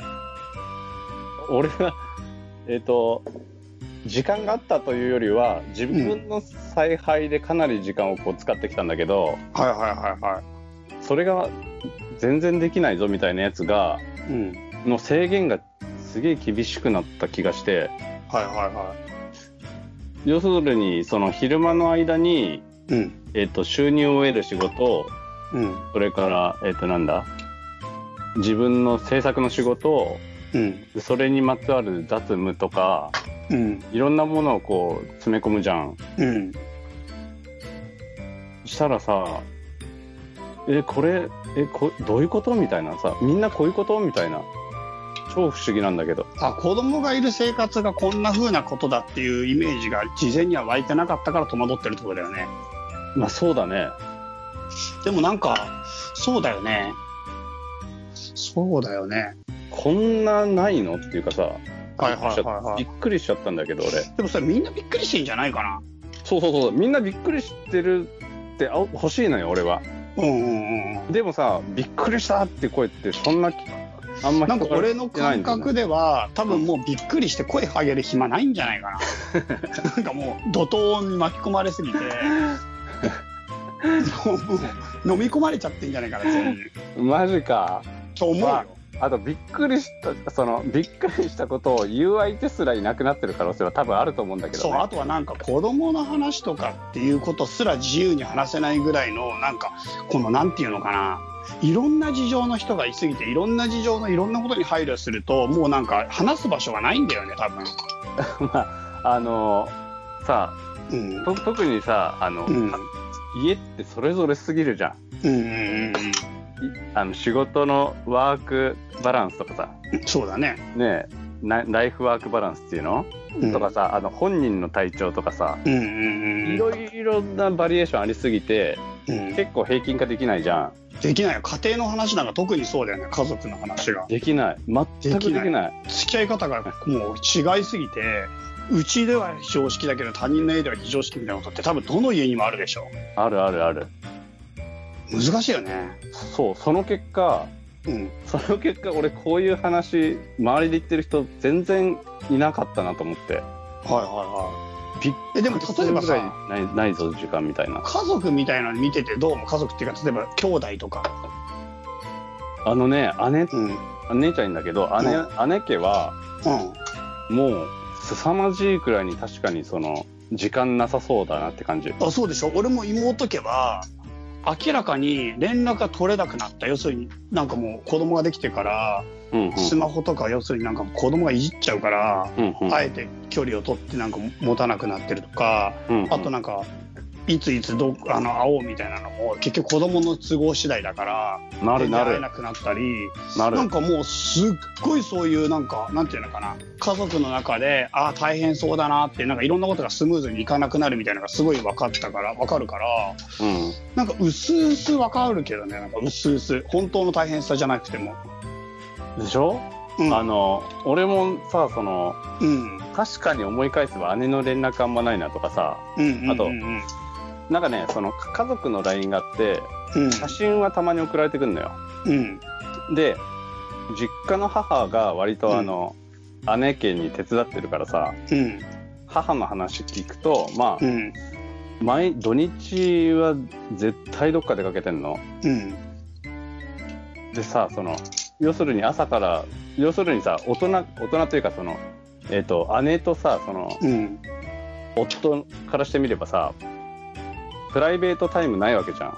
時間があったというよりは自分の采配でかなり時間をこう使ってきたんだけど、それが全然できないぞみたいなやつが、の制限がすげえ厳しくなった気がして、要するにその昼間の間に、収入を得る仕事、それからなんだ、自分の制作の仕事、それにまつわる雑務とか、いろんなものをこう詰め込むじゃん。したらさ、これどういうことみたいなさ、みんなこういうことみたいな。超不思議なんだけど。 子供がいる生活がこんな風なことだっていうイメージが事前には湧いてなかったから戸惑ってるところだよね。 まあそうだね。 でもなんかそうだよね。そうだよね。 こんなないのっていうかさ、びっくりしちゃったんだけど俺。 でもそれみんなびっくりしてんじゃないかな。 そうみんなびっくりしてるって欲しいのよ俺は。でもさ、びっくりしたって声ってそんなあんまなんか俺の感覚では多分もうびっくりして声上げる暇ないんじゃないかな。なんかもう怒涛に巻き込まれすぎてもう飲み込まれちゃってんじゃないかな全部。 マジかと思うよ。 あとびっくりしたことを言う相手すらいなくなってる可能性は多分あると思うんだけどね。 そう、あとはなんか子供の話とかっていうことすら自由に話せないぐらいのなんかこのなんていうのかな、いろんな事情の人がいすぎて、いろんな事情のいろんなことに配慮するともうなんか話す場所がないんだよね多分。 まあさ、特にさ家ってそれぞれすぎるじゃん。仕事のワークバランスとかさ、 そうだね。 ライフワークバランスっていうの、とかさ、本人の体調とかさ、いろいろなバリエーションありすぎて、結構平均化できないじゃん。 できないよ。家庭の話なんか特にそうだよね。家族の話ができない。全くできない。 付き合い方がもう違いすぎて、うちでは常識だけど他人の家では非常識みたいなことって多分どの家にもあるでしょ。 ある。 難しいよね。 その結果、俺こういう話周りで言ってる人全然いなかったなと思って。 でも例えばさ、 ないぞ時間みたいな。 家族みたいなの見ててどうも、家族っていうか例えば兄弟とか。 姉ちゃんいんだけど、姉家は、もう凄まじいくらいに確かにその時間なさそうだなって感じ。 そうでしょ。俺も妹家は明らかに連絡が取れなくなった。要するになんかもう子供ができてから、スマホとか要するになんか子供がいじっちゃうから、あえて距離を取ってなんか持たなくなってるとか、あとなんかいつ会おうみたいなのも結局子供の都合次第だから会えなくなったり、なんかもうすっごいそういうなんかなんていうのかな、家族の中で大変そうだなってなんかいろんなことがスムーズにいかなくなるみたいなのがすごい分かるから、なんかうすうす分かるけどね、なんかうすうす本当の大変さじゃなくてもでしょ。俺もさ確かに思い返せば姉の連絡あんまないなとかさ、あとなんかね、その家族の LINE があって、写真はたまに送られてくるのよ。で、実家の母が割と姉家に手伝ってるからさ、母の話聞くと、 土日は絶対どっか出かけてんの。でさ、要するに朝から、要するにさ、大人というか姉とさ、夫からしてみればさ、プライベートタイムないわけじゃん。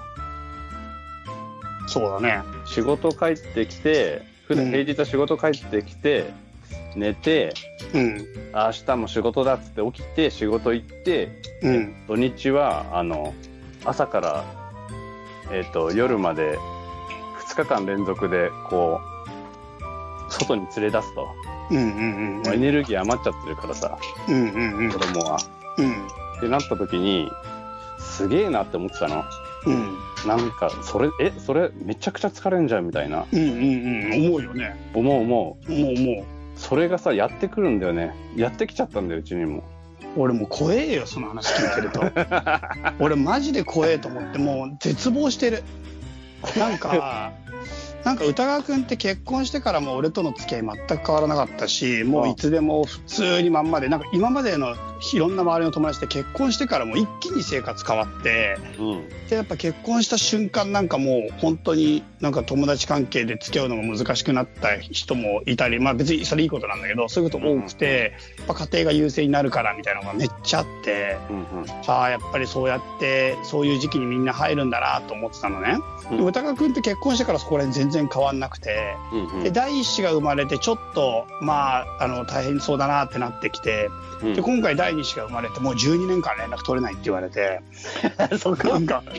そうだね。 仕事帰ってきて、平日は仕事帰ってきて、寝て、明日も仕事だっつって起きて仕事行って、土日は朝から、夜まで2日間連続でこう外に連れ出すと、エネルギー余っちゃってるからさ、子供は。ってなった時にすげえなって思ってたの。なんかそれめちゃくちゃ疲れんじゃんみたいな。 思うよね。 思う。それがさやってくるんだよね。やってきちゃったんだよ、うちにも。 俺もう怖えよ、その話聞いてると。俺マジで怖えと思ってもう絶望してる。なんか歌川くんって結婚してからも俺との付き合い全く変わらなかったし、もういつでも普通にまんまで、なんか今までのいろんな周りの友達って結婚してからも一気に生活変わって、でやっぱ結婚した瞬間なんかもう本当になんか友達関係で付き合うのが難しくなった人もいたり、まあ別にそれいいことなんだけど、そういうこと多くて、やっぱ家庭が優勢になるからみたいなのがめっちゃあって、やっぱりそうやってそういう時期にみんな入るんだなと思ってたのね。歌川くんって結婚してからそこら辺全然変わんなくて、で第一子が生まれてちょっと大変そうだなってなってきて、で今回第二子が生まれてもう12年間連絡取れないって言われてそっかなんか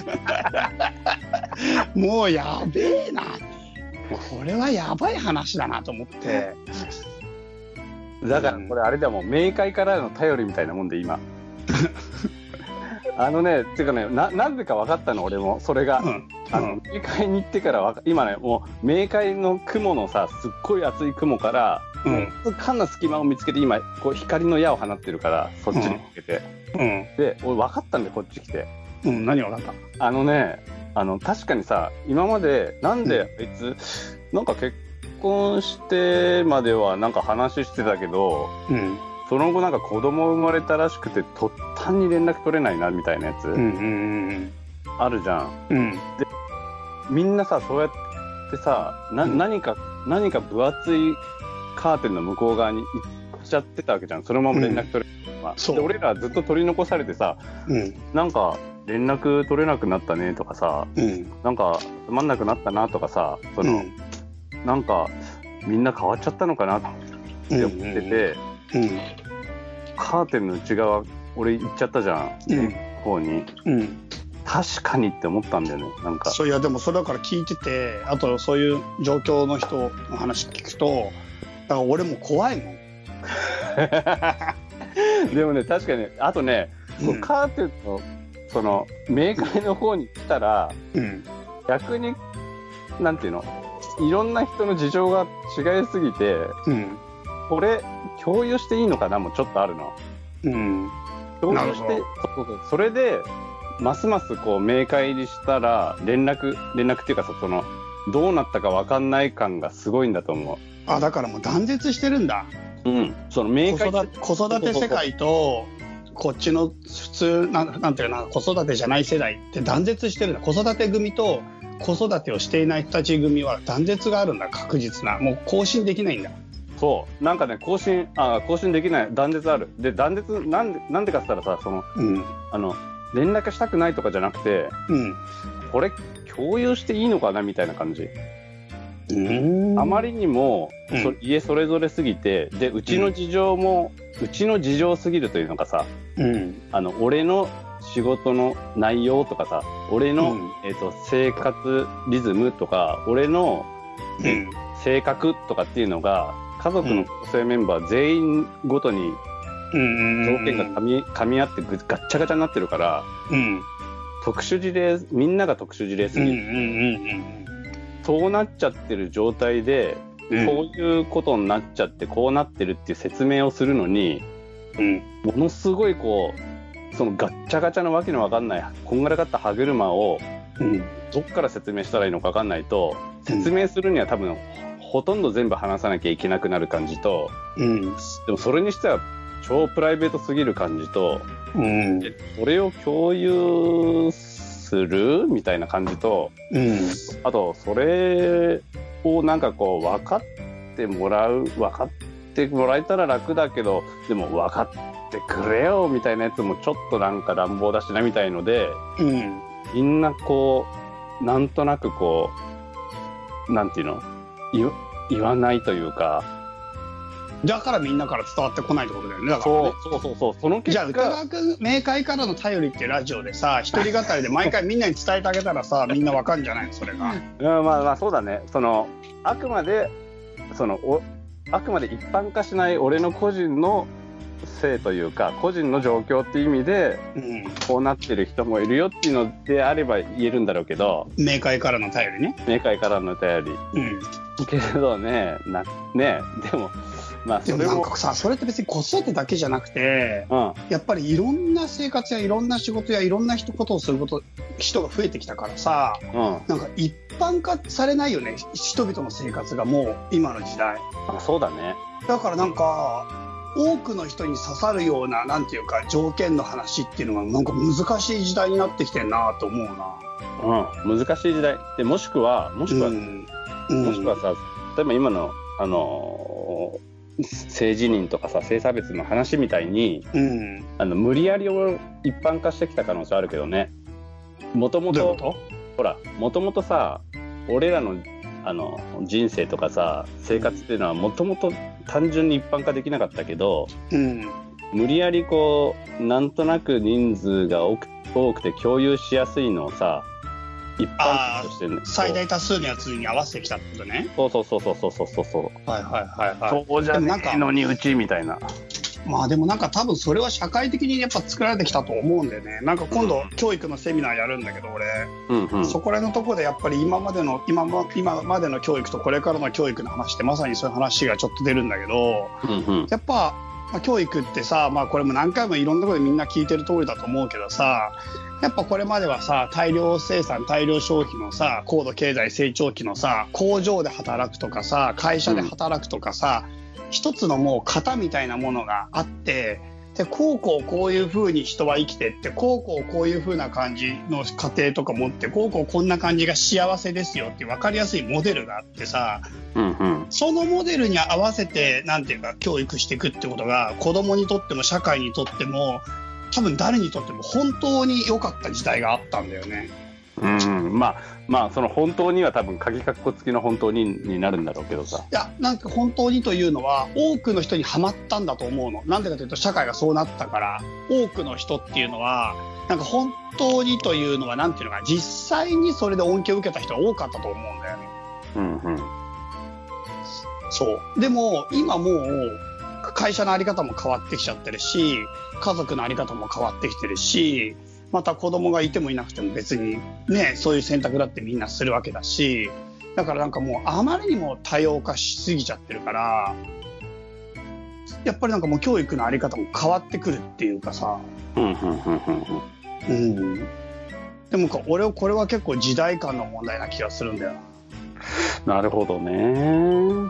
もうやべえな、これはやばい話だなと思って。 だからこれあれだもん、冥界からの頼りみたいなもんで今っていうかね、なんでか分かったの俺もそれが、冥界に行ってから今ね、もう冥界の雲のさ、すっごい厚い雲から、かんな隙間を見つけて今こう光の矢を放ってるから、そっちに向けて、で俺分かったんでこっち来て。 何分かった？ 確かにさ、今までなんであいつ、なんか結婚してまではなんか話してたけど、その後なんか子供生まれたらしくて途端に連絡取れないなみたいなやつ、あるじゃん。でみんなさ、そうやってさ、何か分厚いカーテンの向こう側に行っちゃってたわけじゃん。そのまま連絡取れない、で俺らずっと取り残されてさ、なんか連絡取れなくなったねとかさ、なんかつまんなくなったなとかさ、なんかみんな変わっちゃったのかなって思ってて、カーテンの内側俺行っちゃったじゃん、方に。確かにって思ったんだよね。なんかそう、いやでもそれだから聞いてて、あとそういう状況の人の話聞くと、だから俺も怖いもん。 でもね、確かにあとね、カーテンのその冥界の方に来たら、逆になんていうの、いろんな人の事情が違いすぎて、これ共有していいのかなもちょっとあるの。共有して、それでますますこう冥界入りしたら連絡っていうかさ、どうなったか分かんない感がすごいんだと思う。 だからもう断絶してるんだ。 その冥界子育て世界とこっちの普通なんていうかな、子育てじゃない世代って断絶してるんだ。子育て組と子育てをしていない人たち組は断絶があるんだ、確実な。もう更新できないんだ。 そうなんかね、更新できない、断絶ある。で断絶なんでかっつったらさ、連絡したくないとかじゃなくて、これ共有していいのかなみたいな感じ。あまりにも、家それぞれすぎて、でうちの事情すぎるというのかさ、俺の仕事の内容とかさ、俺の、生活リズムとか、俺の、性格とかっていうのが家族の構成メンバー全員ごとに条件が噛み合ってガッチャガチャになってるから、特殊事例、みんなが特殊事例すぎる、そうなっちゃってる状態で、こういうことになっちゃってこうなってるっていう説明をするのに、ものすごいこうそのガッチャガチャのわけのわかんないこんがらがった歯車を、どっから説明したらいいのかわかんないと、説明するには多分ほとんど全部話さなきゃいけなくなる感じと、でもそれにしては超プライベートすぎる感じと、それを共有するみたいな感じと、あとそれをなんかこう分かってもらえたら楽だけど、でも分かってくれよみたいなやつもちょっとなんか乱暴だしなみたいので、みんなこうなんとなくこうなんていうの言わないというか、 だからみんなから伝わってこないってことだよね。だからね、 そうその結果、 じゃあ歌川くん冥界からの便りってラジオでさ、一人語りで毎回みんなに伝えてあげたらさみんなわかるんじゃないのそれが。 まあそうだね。あくまで一般化しない俺の個人の性というか個人の状況っていう意味で、こうなってる人もいるよっていうのであれば言えるんだろうけど、 冥界からの便りね。 冥界からの便り、けれどねでもまあそれもでもなんかさ、それって別に子育てだけじゃなくて、やっぱりいろんな生活やいろんな仕事やいろんなことをする人が増えてきたからさ、なんか一般化されないよね、人々の生活がもう今の時代。 そうだね。 だからなんか多くの人に刺さるようななんていうか条件の話っていうのがなんか難しい時代になってきてるなと思うな。 難しい時代で、もしくはさ、例えば今の性自認とかさ、性差別の話みたいに、無理やりを一般化してきた可能性あるけどね。もともとさ、俺らの人生とかさ生活っていうのはもともと単純に一般化できなかったけど、無理やりこうなんとなく人数が多くて共有しやすいのをさ、一般として、 最大多数のやつに合わせてきたってことね。 そう。そうじゃねえのにうちみたいな。 まあでもなんか多分それは社会的にやっぱ作られてきたと思うんでね。なんか今度教育のセミナーやるんだけど俺、そこらのところでやっぱり今までの教育とこれからの教育の話ってまさにそういう話がちょっと出るんだけど、やっぱ教育ってさ、これも何回もいろんなところでみんな聞いてる通りだと思うけどさ、やっぱこれまではさ、大量生産大量消費のさ、高度経済成長期のさ、工場で働くとかさ、会社で働くとかさ、一つのもう型みたいなものがあって、でこういう風に人は生きてって、こういう風な感じの家庭とか持って、こんな感じが幸せですよっていう分かりやすいモデルがあってさ、そのモデルに合わせてなんていうか教育していくってことが子供にとっても社会にとっても多分誰にとっても本当に良かった時代があったんだよね。 まあその本当には多分鍵括弧付きの本当になるんだろうけどさ、 いやなんか本当にというのは多くの人にはまったんだと思うの。なんでかというと社会がそうなったから、多くの人っていうのはなんか本当にというのはなんていうのか、実際にそれで恩恵を受けた人が多かったと思うんだよね。そうでも今もう会社の在り方も変わってきちゃってるし、家族の在り方も変わってきてるし、また子供がいてもいなくても別にね、そういう選択だってみんなするわけだし、だからなんかもうあまりにも多様化しすぎちゃってるから、やっぱりなんかもう教育の在り方も変わってくるっていうかさ、でもこれは結構時代感の問題な気がするんだよな。 なるほどね。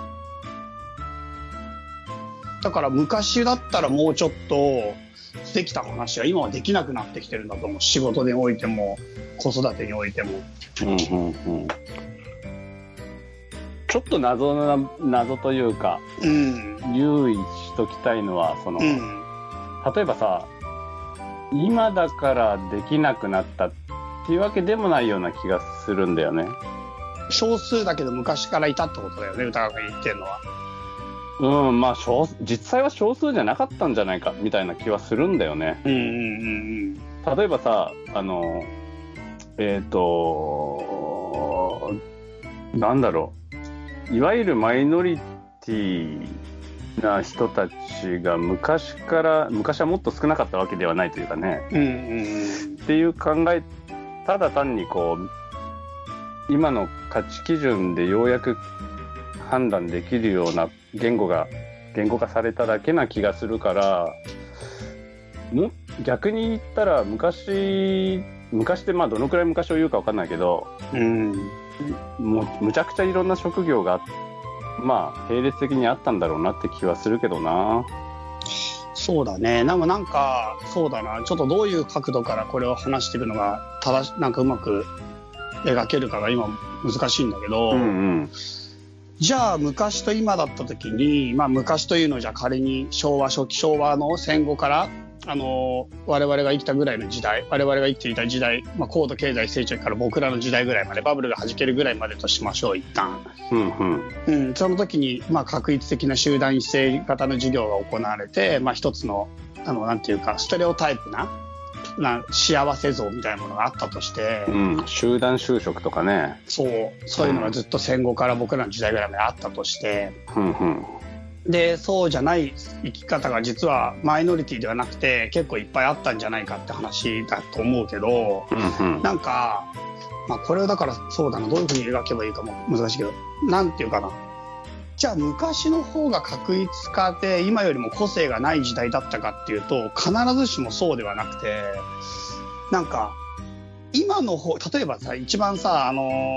だから昔だったらもうちょっとできた話は今はできなくなってきてるんだと思う。仕事においても子育てにおいても。 ちょっと謎というか、留意しときたいのは例えばさ、今だからできなくなったっていうわけでもないような気がするんだよね。 少数だけど昔からいたってことだよね、歌川が言ってるのは。 実際は少数じゃなかったんじゃないかみたいな気はするんだよね。例えばさ、なんだろう、いわゆるマイノリティな人たちが昔はもっと少なかったわけではないというかね、っていう考え、ただ単にこう今の価値基準でようやく判断できるような言語化されただけな気がするから、逆に言ったら昔ってどのくらい昔を言うか分かんないけど、もうむちゃくちゃいろんな職業が並列的にあったんだろうなって気はするけどな。 そうだね。なんかそうだな、ちょっとどういう角度からこれを話していくのがなんかうまく描けるかが今難しいんだけど、じゃあ昔と今だった時に、昔というのじゃ仮に昭和の戦後から我々が生きたぐらいの時代、我々が生きていた時代、高度経済成長から僕らの時代ぐらいまで、バブルが弾けるぐらいまでとしましょう、一旦。その時に、画一的な集団一斉型の授業が行われて、一つの、なんていうか、ステレオタイプな幸せ像みたいなものがあったとして、 集団就職とかね。 そういうのがずっと戦後から僕らの時代ぐらいまであったとして、でそうじゃない生き方が実はマイノリティではなくて結構いっぱいあったんじゃないかって話だと思うけど、なんか、これをだからそうだな、どういうふうに描けばいいかも難しいけど、なんていうかな、じゃあ昔の方が画一化で今よりも個性がない時代だったかっていうと必ずしもそうではなくて、なんか今の方、例えばさ、一番さ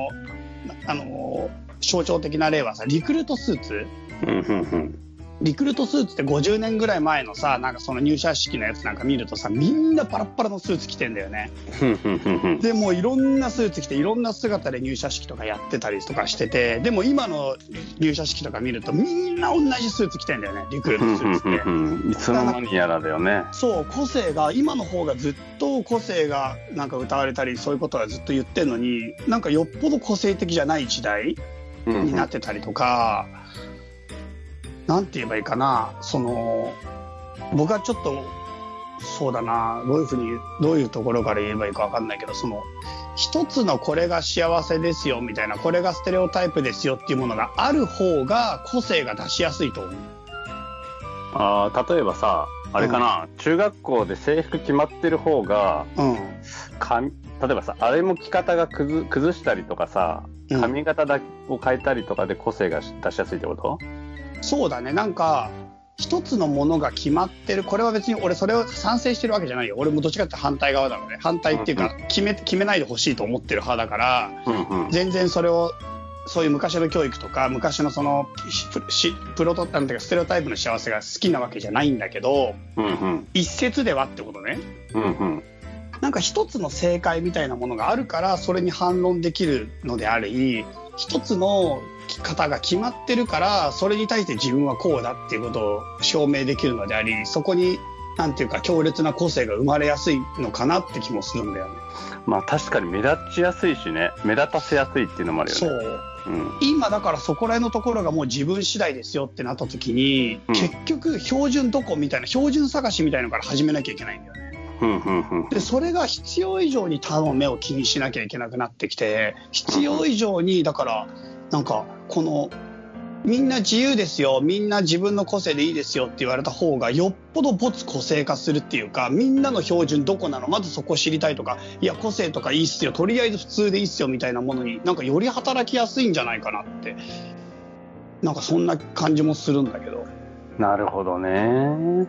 象徴的な例はさ、リクルートスーツ。リクルートスーツって50年ぐらい前のさ、なんかその入社式のやつなんか見るとさ、みんなパラッパラのスーツ着てんだよね。でもういろんなスーツ着ていろんな姿で入社式とかやってたりとかしてて、でも今の入社式とか見るとみんな同じスーツ着てんだよね、リクルートスーツって。 いつの間にやらだよね。 そう個性が今の方がずっと個性がなんか歌われたりそういうことはずっと言ってんのに、なんかよっぽど個性的じゃない時代になってたりとか、なんて言えばいいかな、僕はちょっとそうだな、どういうところから言えばいいか分かんないけど、一つのこれが幸せですよみたいな、これがステレオタイプですよっていうものがある方が個性が出しやすいと思う。 例えばさ、あれかな、中学校で制服決まってる方が、例えばさ、あれも着方が崩したりとかさ、髪型を変えたりとかで個性が出しやすいってこと？ そうだね。なんか一つのものが決まってる、これは別に俺それを賛成してるわけじゃないよ。俺もどっちかって反対側なので、反対っていうか決めないでほしいと思ってる派だから、全然そういう昔の教育とか昔のそのプロトなんていうかステレオタイプの幸せが好きなわけじゃないんだけど、一説ではってことね。なんか一つの正解みたいなものがあるからそれに反論できるのであり、一つの方が決まってるからそれに対して自分はこうだっていうことを証明できるのであり、そこになんていうか強烈な個性が生まれやすいのかなって気もするんだよね。 確かに目立ちやすいしね、目立たせやすいっていうのもあるよね。 今だからそこら辺のところがもう自分次第ですよってなった時に、結局標準どこみたいな標準探しみたいなのから始めなきゃいけないんだよね。でそれが必要以上に他の目を気にしなきゃいけなくなってきて、必要以上にだからなんかこのみんな自由ですよ、みんな自分の個性でいいですよって言われた方がよっぽど没個性化するっていうか、みんなの標準どこなの、まずそこ知りたいとか、いや個性とかいいっすよ、とりあえず普通でいいっすよみたいなものになんかより働きやすいんじゃないかなって、なんかそんな感じもするんだけど。 なるほどね。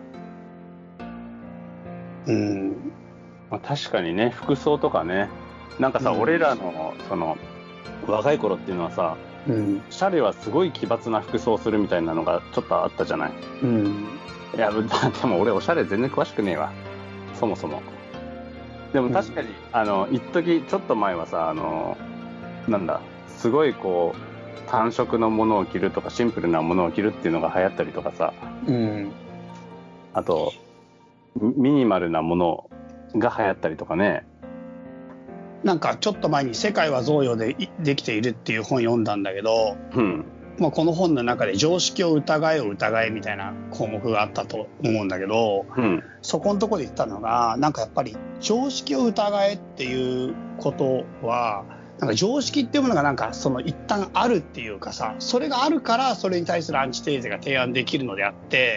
確かにね、服装とかね、なんかさ、俺らのその若い頃っていうのはさ、シャレはすごい奇抜な服装するみたいなのがちょっとあったじゃない。いやでも俺おしゃれ全然詳しくねえわ、そもそも。でも確かに、一時ちょっと前はさ、なんだ、すごいこう単色のものを着るとかシンプルなものを着るっていうのが流行ったりとかさ、あとミニマルなものが流行ったりとかね。 なんかちょっと前に「世界は贈与でできている」っていう本読んだんだけど、この本の中で常識を疑えを疑えみたいな項目があったと思うんだけど、そこのところで言ったのが、なんかやっぱり常識を疑えっていうことは、なんか常識っていうものがなんかその一旦あるっていうかさ、それがあるからそれに対するアンチテーゼが提案できるのであって、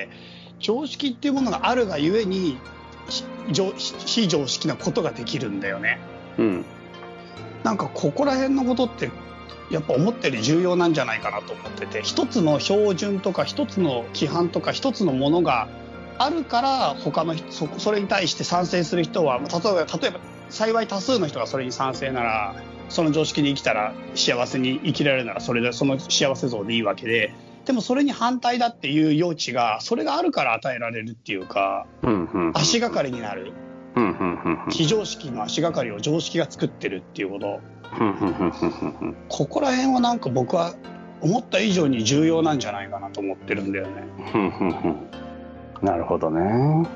常識っていうものがあるがゆえに非常識なことができるんだよね。なんかここら辺のことってやっぱ思ったより重要なんじゃないかなと思ってて、一つの標準とか一つの規範とか一つのものがあるから他のそれに対して賛成する人は、例えば幸い多数の人がそれに賛成なら、その常識に生きたら幸せに生きられるならそれでその幸せ像でいいわけで、 でもそれに反対だっていう余地がそれがあるから与えられるっていうか、足がかりになる、非常識の足がかりを常識が作ってるっていうこと、ここら辺はなんか僕は思った以上に重要なんじゃないかなと思ってるんだよね。 なるほどね。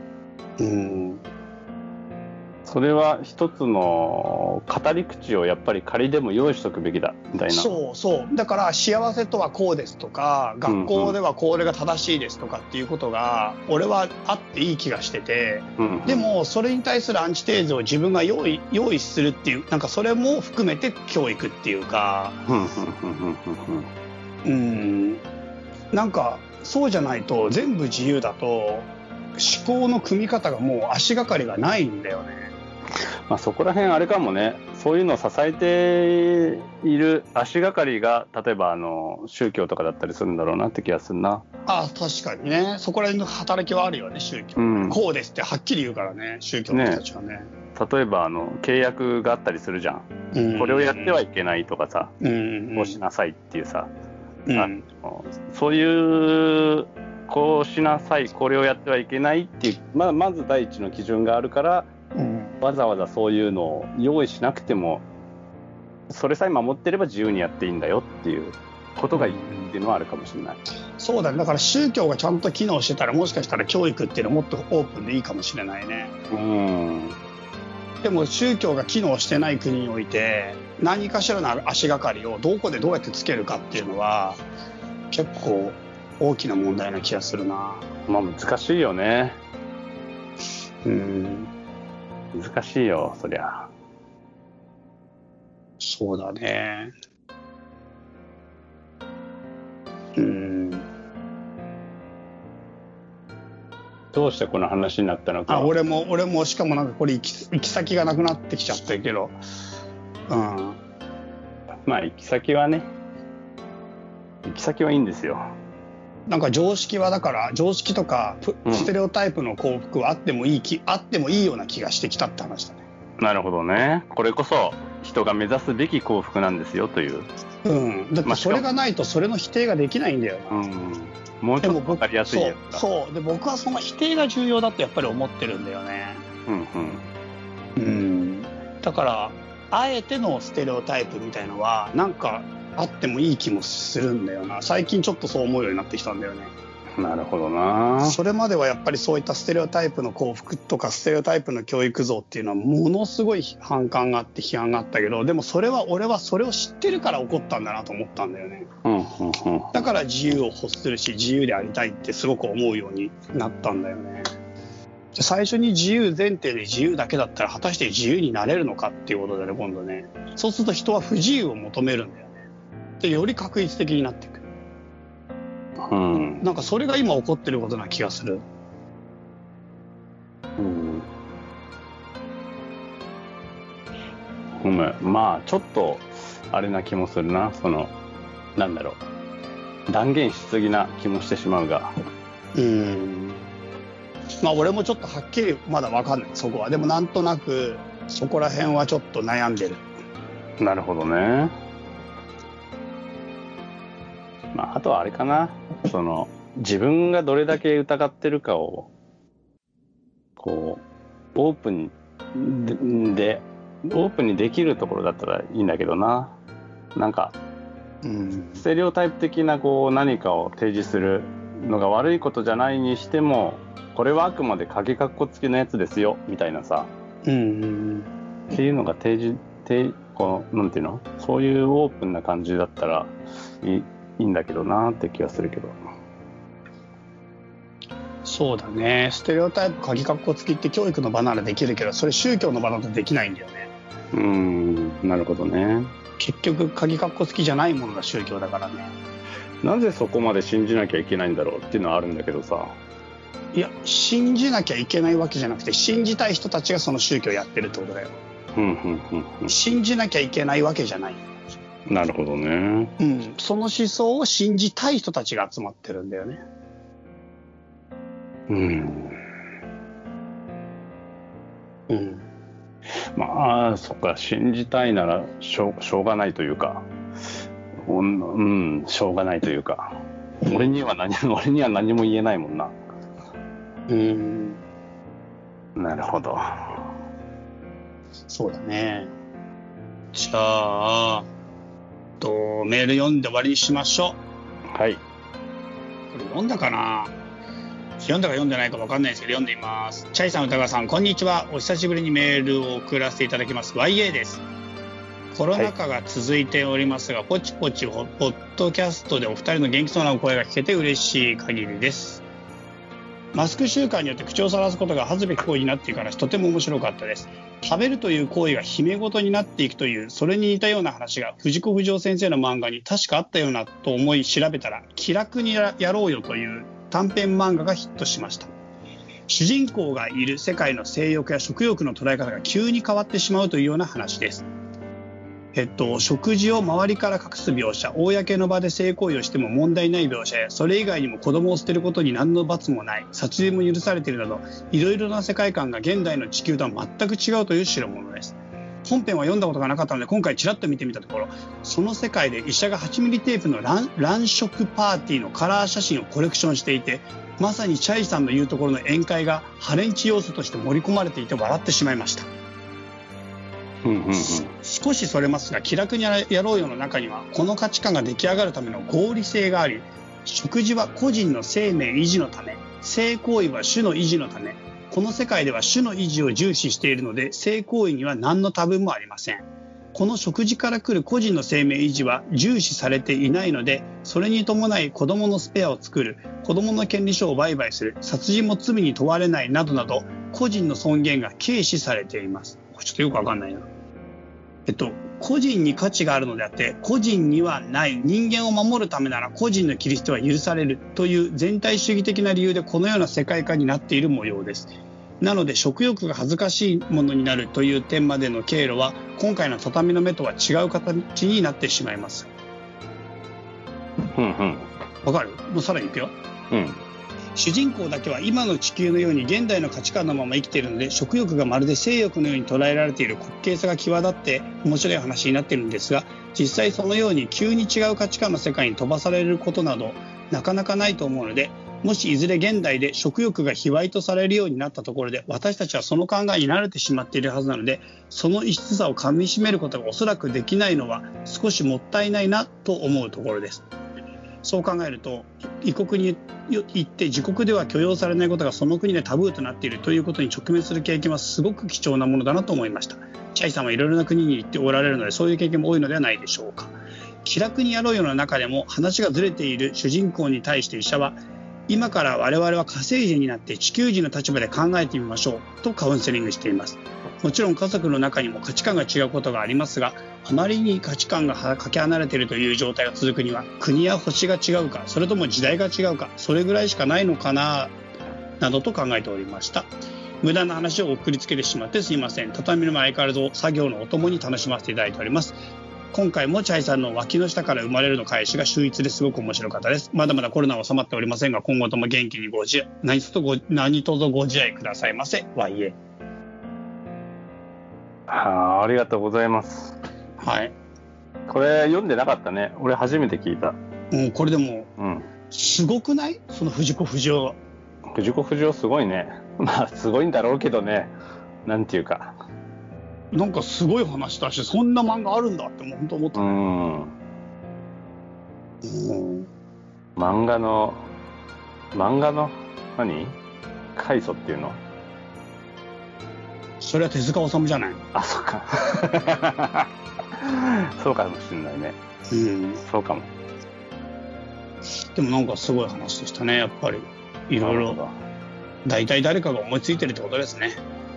それは一つの語り口をやっぱり仮でも用意しとくべきだみたいな。 そうだから幸せとはこうですとか、学校ではこれが正しいですとかっていうことが俺はあっていい気がしてて、でもそれに対するアンチテーゼを自分が用意するっていう、なんかそれも含めて教育っていうか、なんかそうじゃないと全部自由だと思考の組み方がもう足がかりがないんだよね。 そこら辺あれかもね。そういうのを支えている足がかりが例えば宗教とかだったりするんだろうなって気がするな。 確かにね。そこら辺の働きはあるよね、宗教、こうですってはっきり言うからね、宗教の人たちはね。 例えば契約があったりするじゃん、これをやってはいけないとかさ、こうしなさいっていうさ、そういうこうしなさい、これをやってはいけないっていう、まず第一の基準があるから、わざわざそういうのを用意しなくてもそれさえ守ってれば自由にやっていいんだよっていうことがいいっていうのはあるかもしれない。 そうだね。だから宗教がちゃんと機能してたらもしかしたら教育っていうのはもっとオープンでいいかもしれないね。でも宗教が機能してない国において何かしらの足がかりをどこでどうやってつけるかっていうのは結構大きな問題な気がするな。 難しいよね。難しいよ、そりゃ。 そうだね。 どうしてこの話になったのか。 俺もしかもなんかこれ行き先がなくなってきちゃったけど、 行き先はね、行き先はいいんですよ。 なんか常識とかステレオタイプの幸福はあってもいいような気がしてきたって話だね。 なるほどね。これこそ人が目指すべき幸福なんですよという。 だってそれがないとそれの否定ができないんだよな。 もうちょっと分かりやすいやつだ。 そうで僕はその否定が重要だとやっぱり思ってるんだよね。だからあえてのステレオタイプみたいのはなんかあってもいい気もするんだよな。最近ちょっとそう思うようになってきたんだよね。 なるほどな。 それまではやっぱりそういったステレオタイプの幸福とかステレオタイプの教育像っていうのはものすごい反感があって批判があったけど、でも俺はそれを知ってるから起こったんだなと思ったんだよね。だから自由を欲するし自由でありたいってすごく思うようになったんだよね。最初に自由前提で自由だけだったら果たして自由になれるのかっていうことでね、今度ね。そうすると人は不自由を求めるんだよね。でより確率的になっていく。なんかそれが今起こってることな気がする。 ちょっとあれな気もするな。なんだろう、断言しすぎな気もしてしまうが。 俺もちょっとはっきりまだ分かんない、そこは。でもなんとなくそこら辺はちょっと悩んでる。 なるほどね。あとはあれかな、自分がどれだけ疑ってるかをこうオープンにできるところだったらいいんだけどな。なんか、ステレオタイプ的な何かを提示するのが悪いことじゃないにしても、これはあくまで鍵括弧付きのやつですよみたいなさ、っていうのがなんていうの、そういうオープンな感じだったらいいんだけどなって気がするけど。 そうだね。ステレオタイプ鍵括弧付きって教育の場ならできるけど、それ宗教の場だとできないんだよね。 なるほどね。 結局鍵括弧付きじゃないものが宗教だからね。 なぜそこまで信じなきゃいけないんだろうっていうのはあるんだけどさ。 いや、信じなきゃいけないわけじゃなくて、信じたい人たちがその宗教をやってるってことだよ。信じなきゃいけないわけじゃない。 なるほどね。 その思想を信じたい人たちが集まってるんだよね。 そっか、信じたいならしょうがないというか、しょうがないというか。 俺には何も言えないもんな。なるほど。 そうだね。じゃあ、メール読んで終わりにしましょう。はい。 これ読んだかな？読んだか読んでないか分かんないですけど、読んでみます。チャイさん、歌川さん、こんにちは。お久しぶりにメールを送らせていただきます。YA です。コロナ禍が続いておりますが、ポチポチポッドキャストでお二人の元気そうな声が聞けて嬉しい限りです。マスク習慣によって口をさらすことが恥ずべき行為になっていく話、とても面白かったです。食べるという行為が秘め事になっていくという、それに似たような話が藤子不二雄先生の漫画に確かあったようなと思い調べたら、気楽にやろうよという短編漫画がヒットしました。主人公がいる世界の性欲や食欲の捉え方が急に変わってしまうというような話です。食事を周りから隠す描写、公の場で性行為をしても問題ない描写や、それ以外にも子供を捨てることに何の罰もない、殺人も許されているなど、いろいろな世界観が現代の地球とは全く違うという代物です。本編は読んだことがなかったので今回ちらっと見てみたところ、その世界で医者が 8mm テープの乱食パーティーのカラー写真をコレクションしていて、まさにチャイさんの言うところの宴会がハレンチ要素として盛り込まれていて笑ってしまいました。少しそれますが、気楽にやろうよの中にはこの価値観が出来上がるための合理性があり、食事は個人の生命維持のため、性行為は種の維持のため、この世界では種の維持を重視しているので、性行為には何の多分もありません。この食事から来る個人の生命維持は重視されていないので、それに伴い子供のスペアを作る、子供の権利書を売買する、殺人も罪に問われないなどなど、個人の尊厳が軽視されています。これちょっとよくわかんないな。個人に価値があるのであって個人にはない、人間を守るためなら個人の切り捨ては許されるという全体主義的な理由でこのような世界観になっている模様です。なので食欲が恥ずかしいものになるという点までの経路は今回の畳の目とは違う形になってしまいます。わかる？もうさらにいくよ。主人公だけは今の地球のように現代の価値観のまま生きているので、食欲がまるで性欲のように捉えられている滑稽さが際立って面白い話になっているんですが、実際そのように急に違う価値観の世界に飛ばされることなどなかなかないと思うので、もしいずれ現代で食欲が卑猥とされるようになったところで、私たちはその考えに慣れてしまっているはずなので、その異質さをかみしめることがおそらくできないのは少しもったいないなと思うところです。そう考えると、異国に行って自国では許容されないことがその国でタブーとなっているということに直面する経験はすごく貴重なものだなと思いました。チャイさんはいろいろな国に行っておられるので、そういう経験も多いのではないでしょうか。気楽にやろうよの中でも話がずれている主人公に対して医者は、今から我々は火星人になって地球人の立場で考えてみましょうとカウンセリングしています。もちろん家族の中にも価値観が違うことがありますが、あまりに価値観がかけ離れているという状態が続くには、国や星が違うか、それとも時代が違うか、それぐらいしかないのかな、などと考えておりました。無駄な話を送りつけてしまってすいません。畳の間相変わらず作業のお供に楽しませていただいております。今回もチャイさんの脇の下から生まれるの返しが秀逸ですごく面白かったです。まだまだコロナは収まっておりませんが、今後とも元気に何卒ご自愛くださいませ。YA。 ありがとうございます。 はい。 これ読んでなかったね。俺初めて聞いた。 これでも、すごくない？その藤子不二雄。 藤子不二雄すごいね。まあすごいんだろうけどね。なんていうか。 なんかすごい話だし、そんな漫画あるんだって本当思ったね。 漫画の何？開祖っていうの？ それは手塚治虫じゃない？ あ、そうか。そうかもしれないね。そうかも。 でもなんかすごい話でしたね、やっぱり。いろいろ。大体誰かが思いついてるってことですね。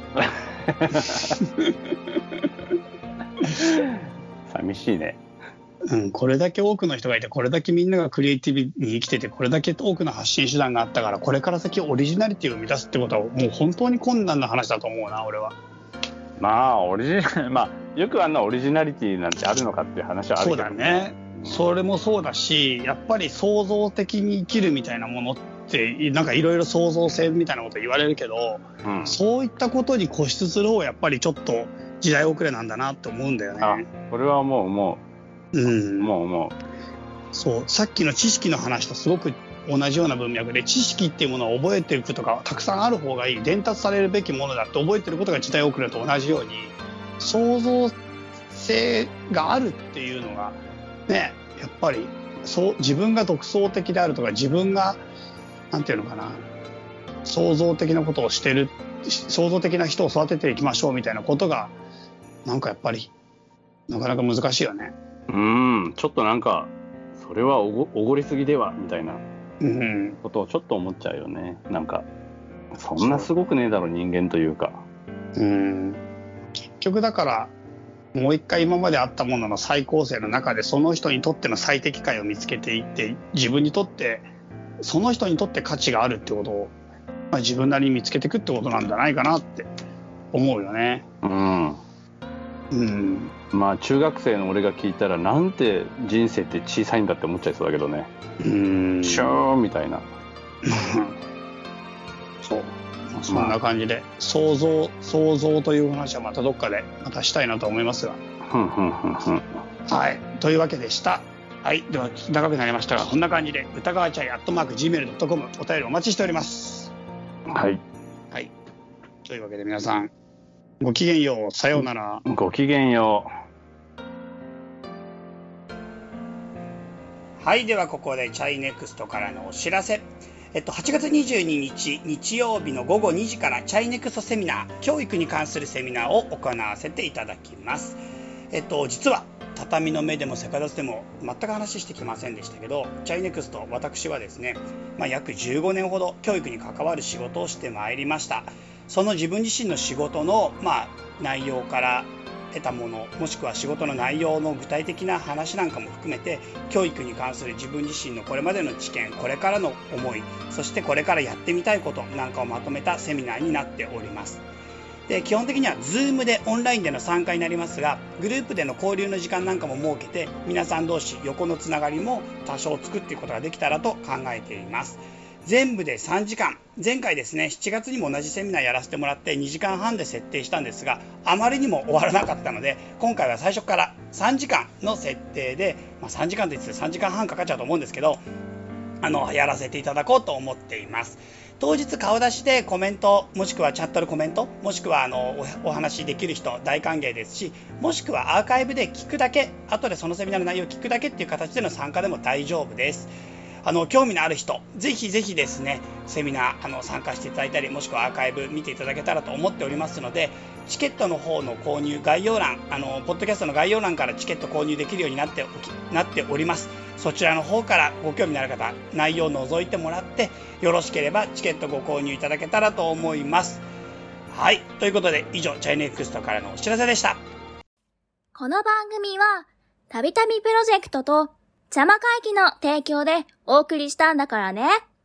寂しいね。 これだけ多くの人がいて、これだけみんながクリエイティブに生きてて、これだけ多くの発信手段があったから、これから先オリジナリティを生み出すってことはもう本当に困難な話だと思うな、俺は。 まあよくあんなオリジナリティなんてあるのかっていう話はあるけど、 そうだね。それもそうだし、やっぱり創造的に生きるみたいなものってなんかいろいろ創造性みたいなこと言われるけど、そういったことに固執する方はやっぱりちょっと時代遅れなんだなって思うんだよね。 これはもうそう、さっきの知識の話とすごく同じような文脈で、知識っていうものを覚えていくとかたくさんある方がいい、伝達されるべきものだって覚えてることが時代遅れと同じように、創造性があるっていうのがね、やっぱりそう、自分が独創的であるとか、自分がなんていうのかな、創造的なことをしてる、創造的な人を育てていきましょうみたいなことが、なんかやっぱりなかなか難しいよね。 ちょっとなんかそれはおごりすぎではみたいなことをちょっと思っちゃうよね。なんかそんなすごくねえだろ人間というか。 結局だからもう一回今まであったものの再構成の中で、その人にとっての最適解を見つけていって、自分にとってその人にとって価値があるってことを、自分なりに見つけていくってことなんじゃないかなって思うよね。 まあ中学生の俺が聞いたら、なんて人生って小さいんだって思っちゃいそうだけどね。シューみたいな。 そう、そんな感じで、創造という話はまたどっかでまたしたいなと思いますが、はい、というわけでした。はい、では長くなりましたが、こんな感じで歌川チャイ@gmail.com お便りお待ちしております。 はい、 はい、というわけで皆さんごきげんよう、さようなら。 ごきげんよう。はい、ではここでチャイネクストからのお知らせ。8月22日日曜日の午後2時からチャイネクストセミナー、教育に関するセミナーを行わせていただきます。実は畳の目でもセカダツでも全く話してきませんでしたけど、チャイネクスト、私はですね、約15年ほど教育に関わる仕事をしてまいりました。その自分自身の仕事の、内容から得たもの、もしくは仕事の内容の具体的な話なんかも含めて、教育に関する自分自身のこれまでの知見、これからの思い、そしてこれからやってみたいことなんかをまとめたセミナーになっております。で、基本的には Zoom でオンラインでの参加になりますが、グループでの交流の時間なんかも設けて、皆さん同士横のつながりも多少作っていくことができたらと考えています。全部で3時間、前回ですね、7月にも同じセミナーやらせてもらって2時間半で設定したんですが、あまりにも終わらなかったので、今回は最初から3時間の設定で、3時間と言って3時間半かかっちゃうと思うんですけど、やらせていただこうと思っています。当日顔出しでコメント、もしくはチャットでコメント、もしくはお話できる人大歓迎ですし、もしくはアーカイブで聞くだけ、後でそのセミナーの内容を聞くだけっていう形での参加でも大丈夫です。興味のある人、ぜひぜひですね、セミナー参加していただいたり、もしくはアーカイブ見ていただけたらと思っておりますので、チケットの方の購入概要欄、ポッドキャストの概要欄からチケット購入できるようになっております。そちらの方からご興味のある方、内容を覗いてもらって、よろしければチケットご購入いただけたらと思います。はい、ということで以上、チャイネクストからのお知らせでした。 この番組はたびたびプロジェクトと邪魔会議の提供でお送りしたんだからね。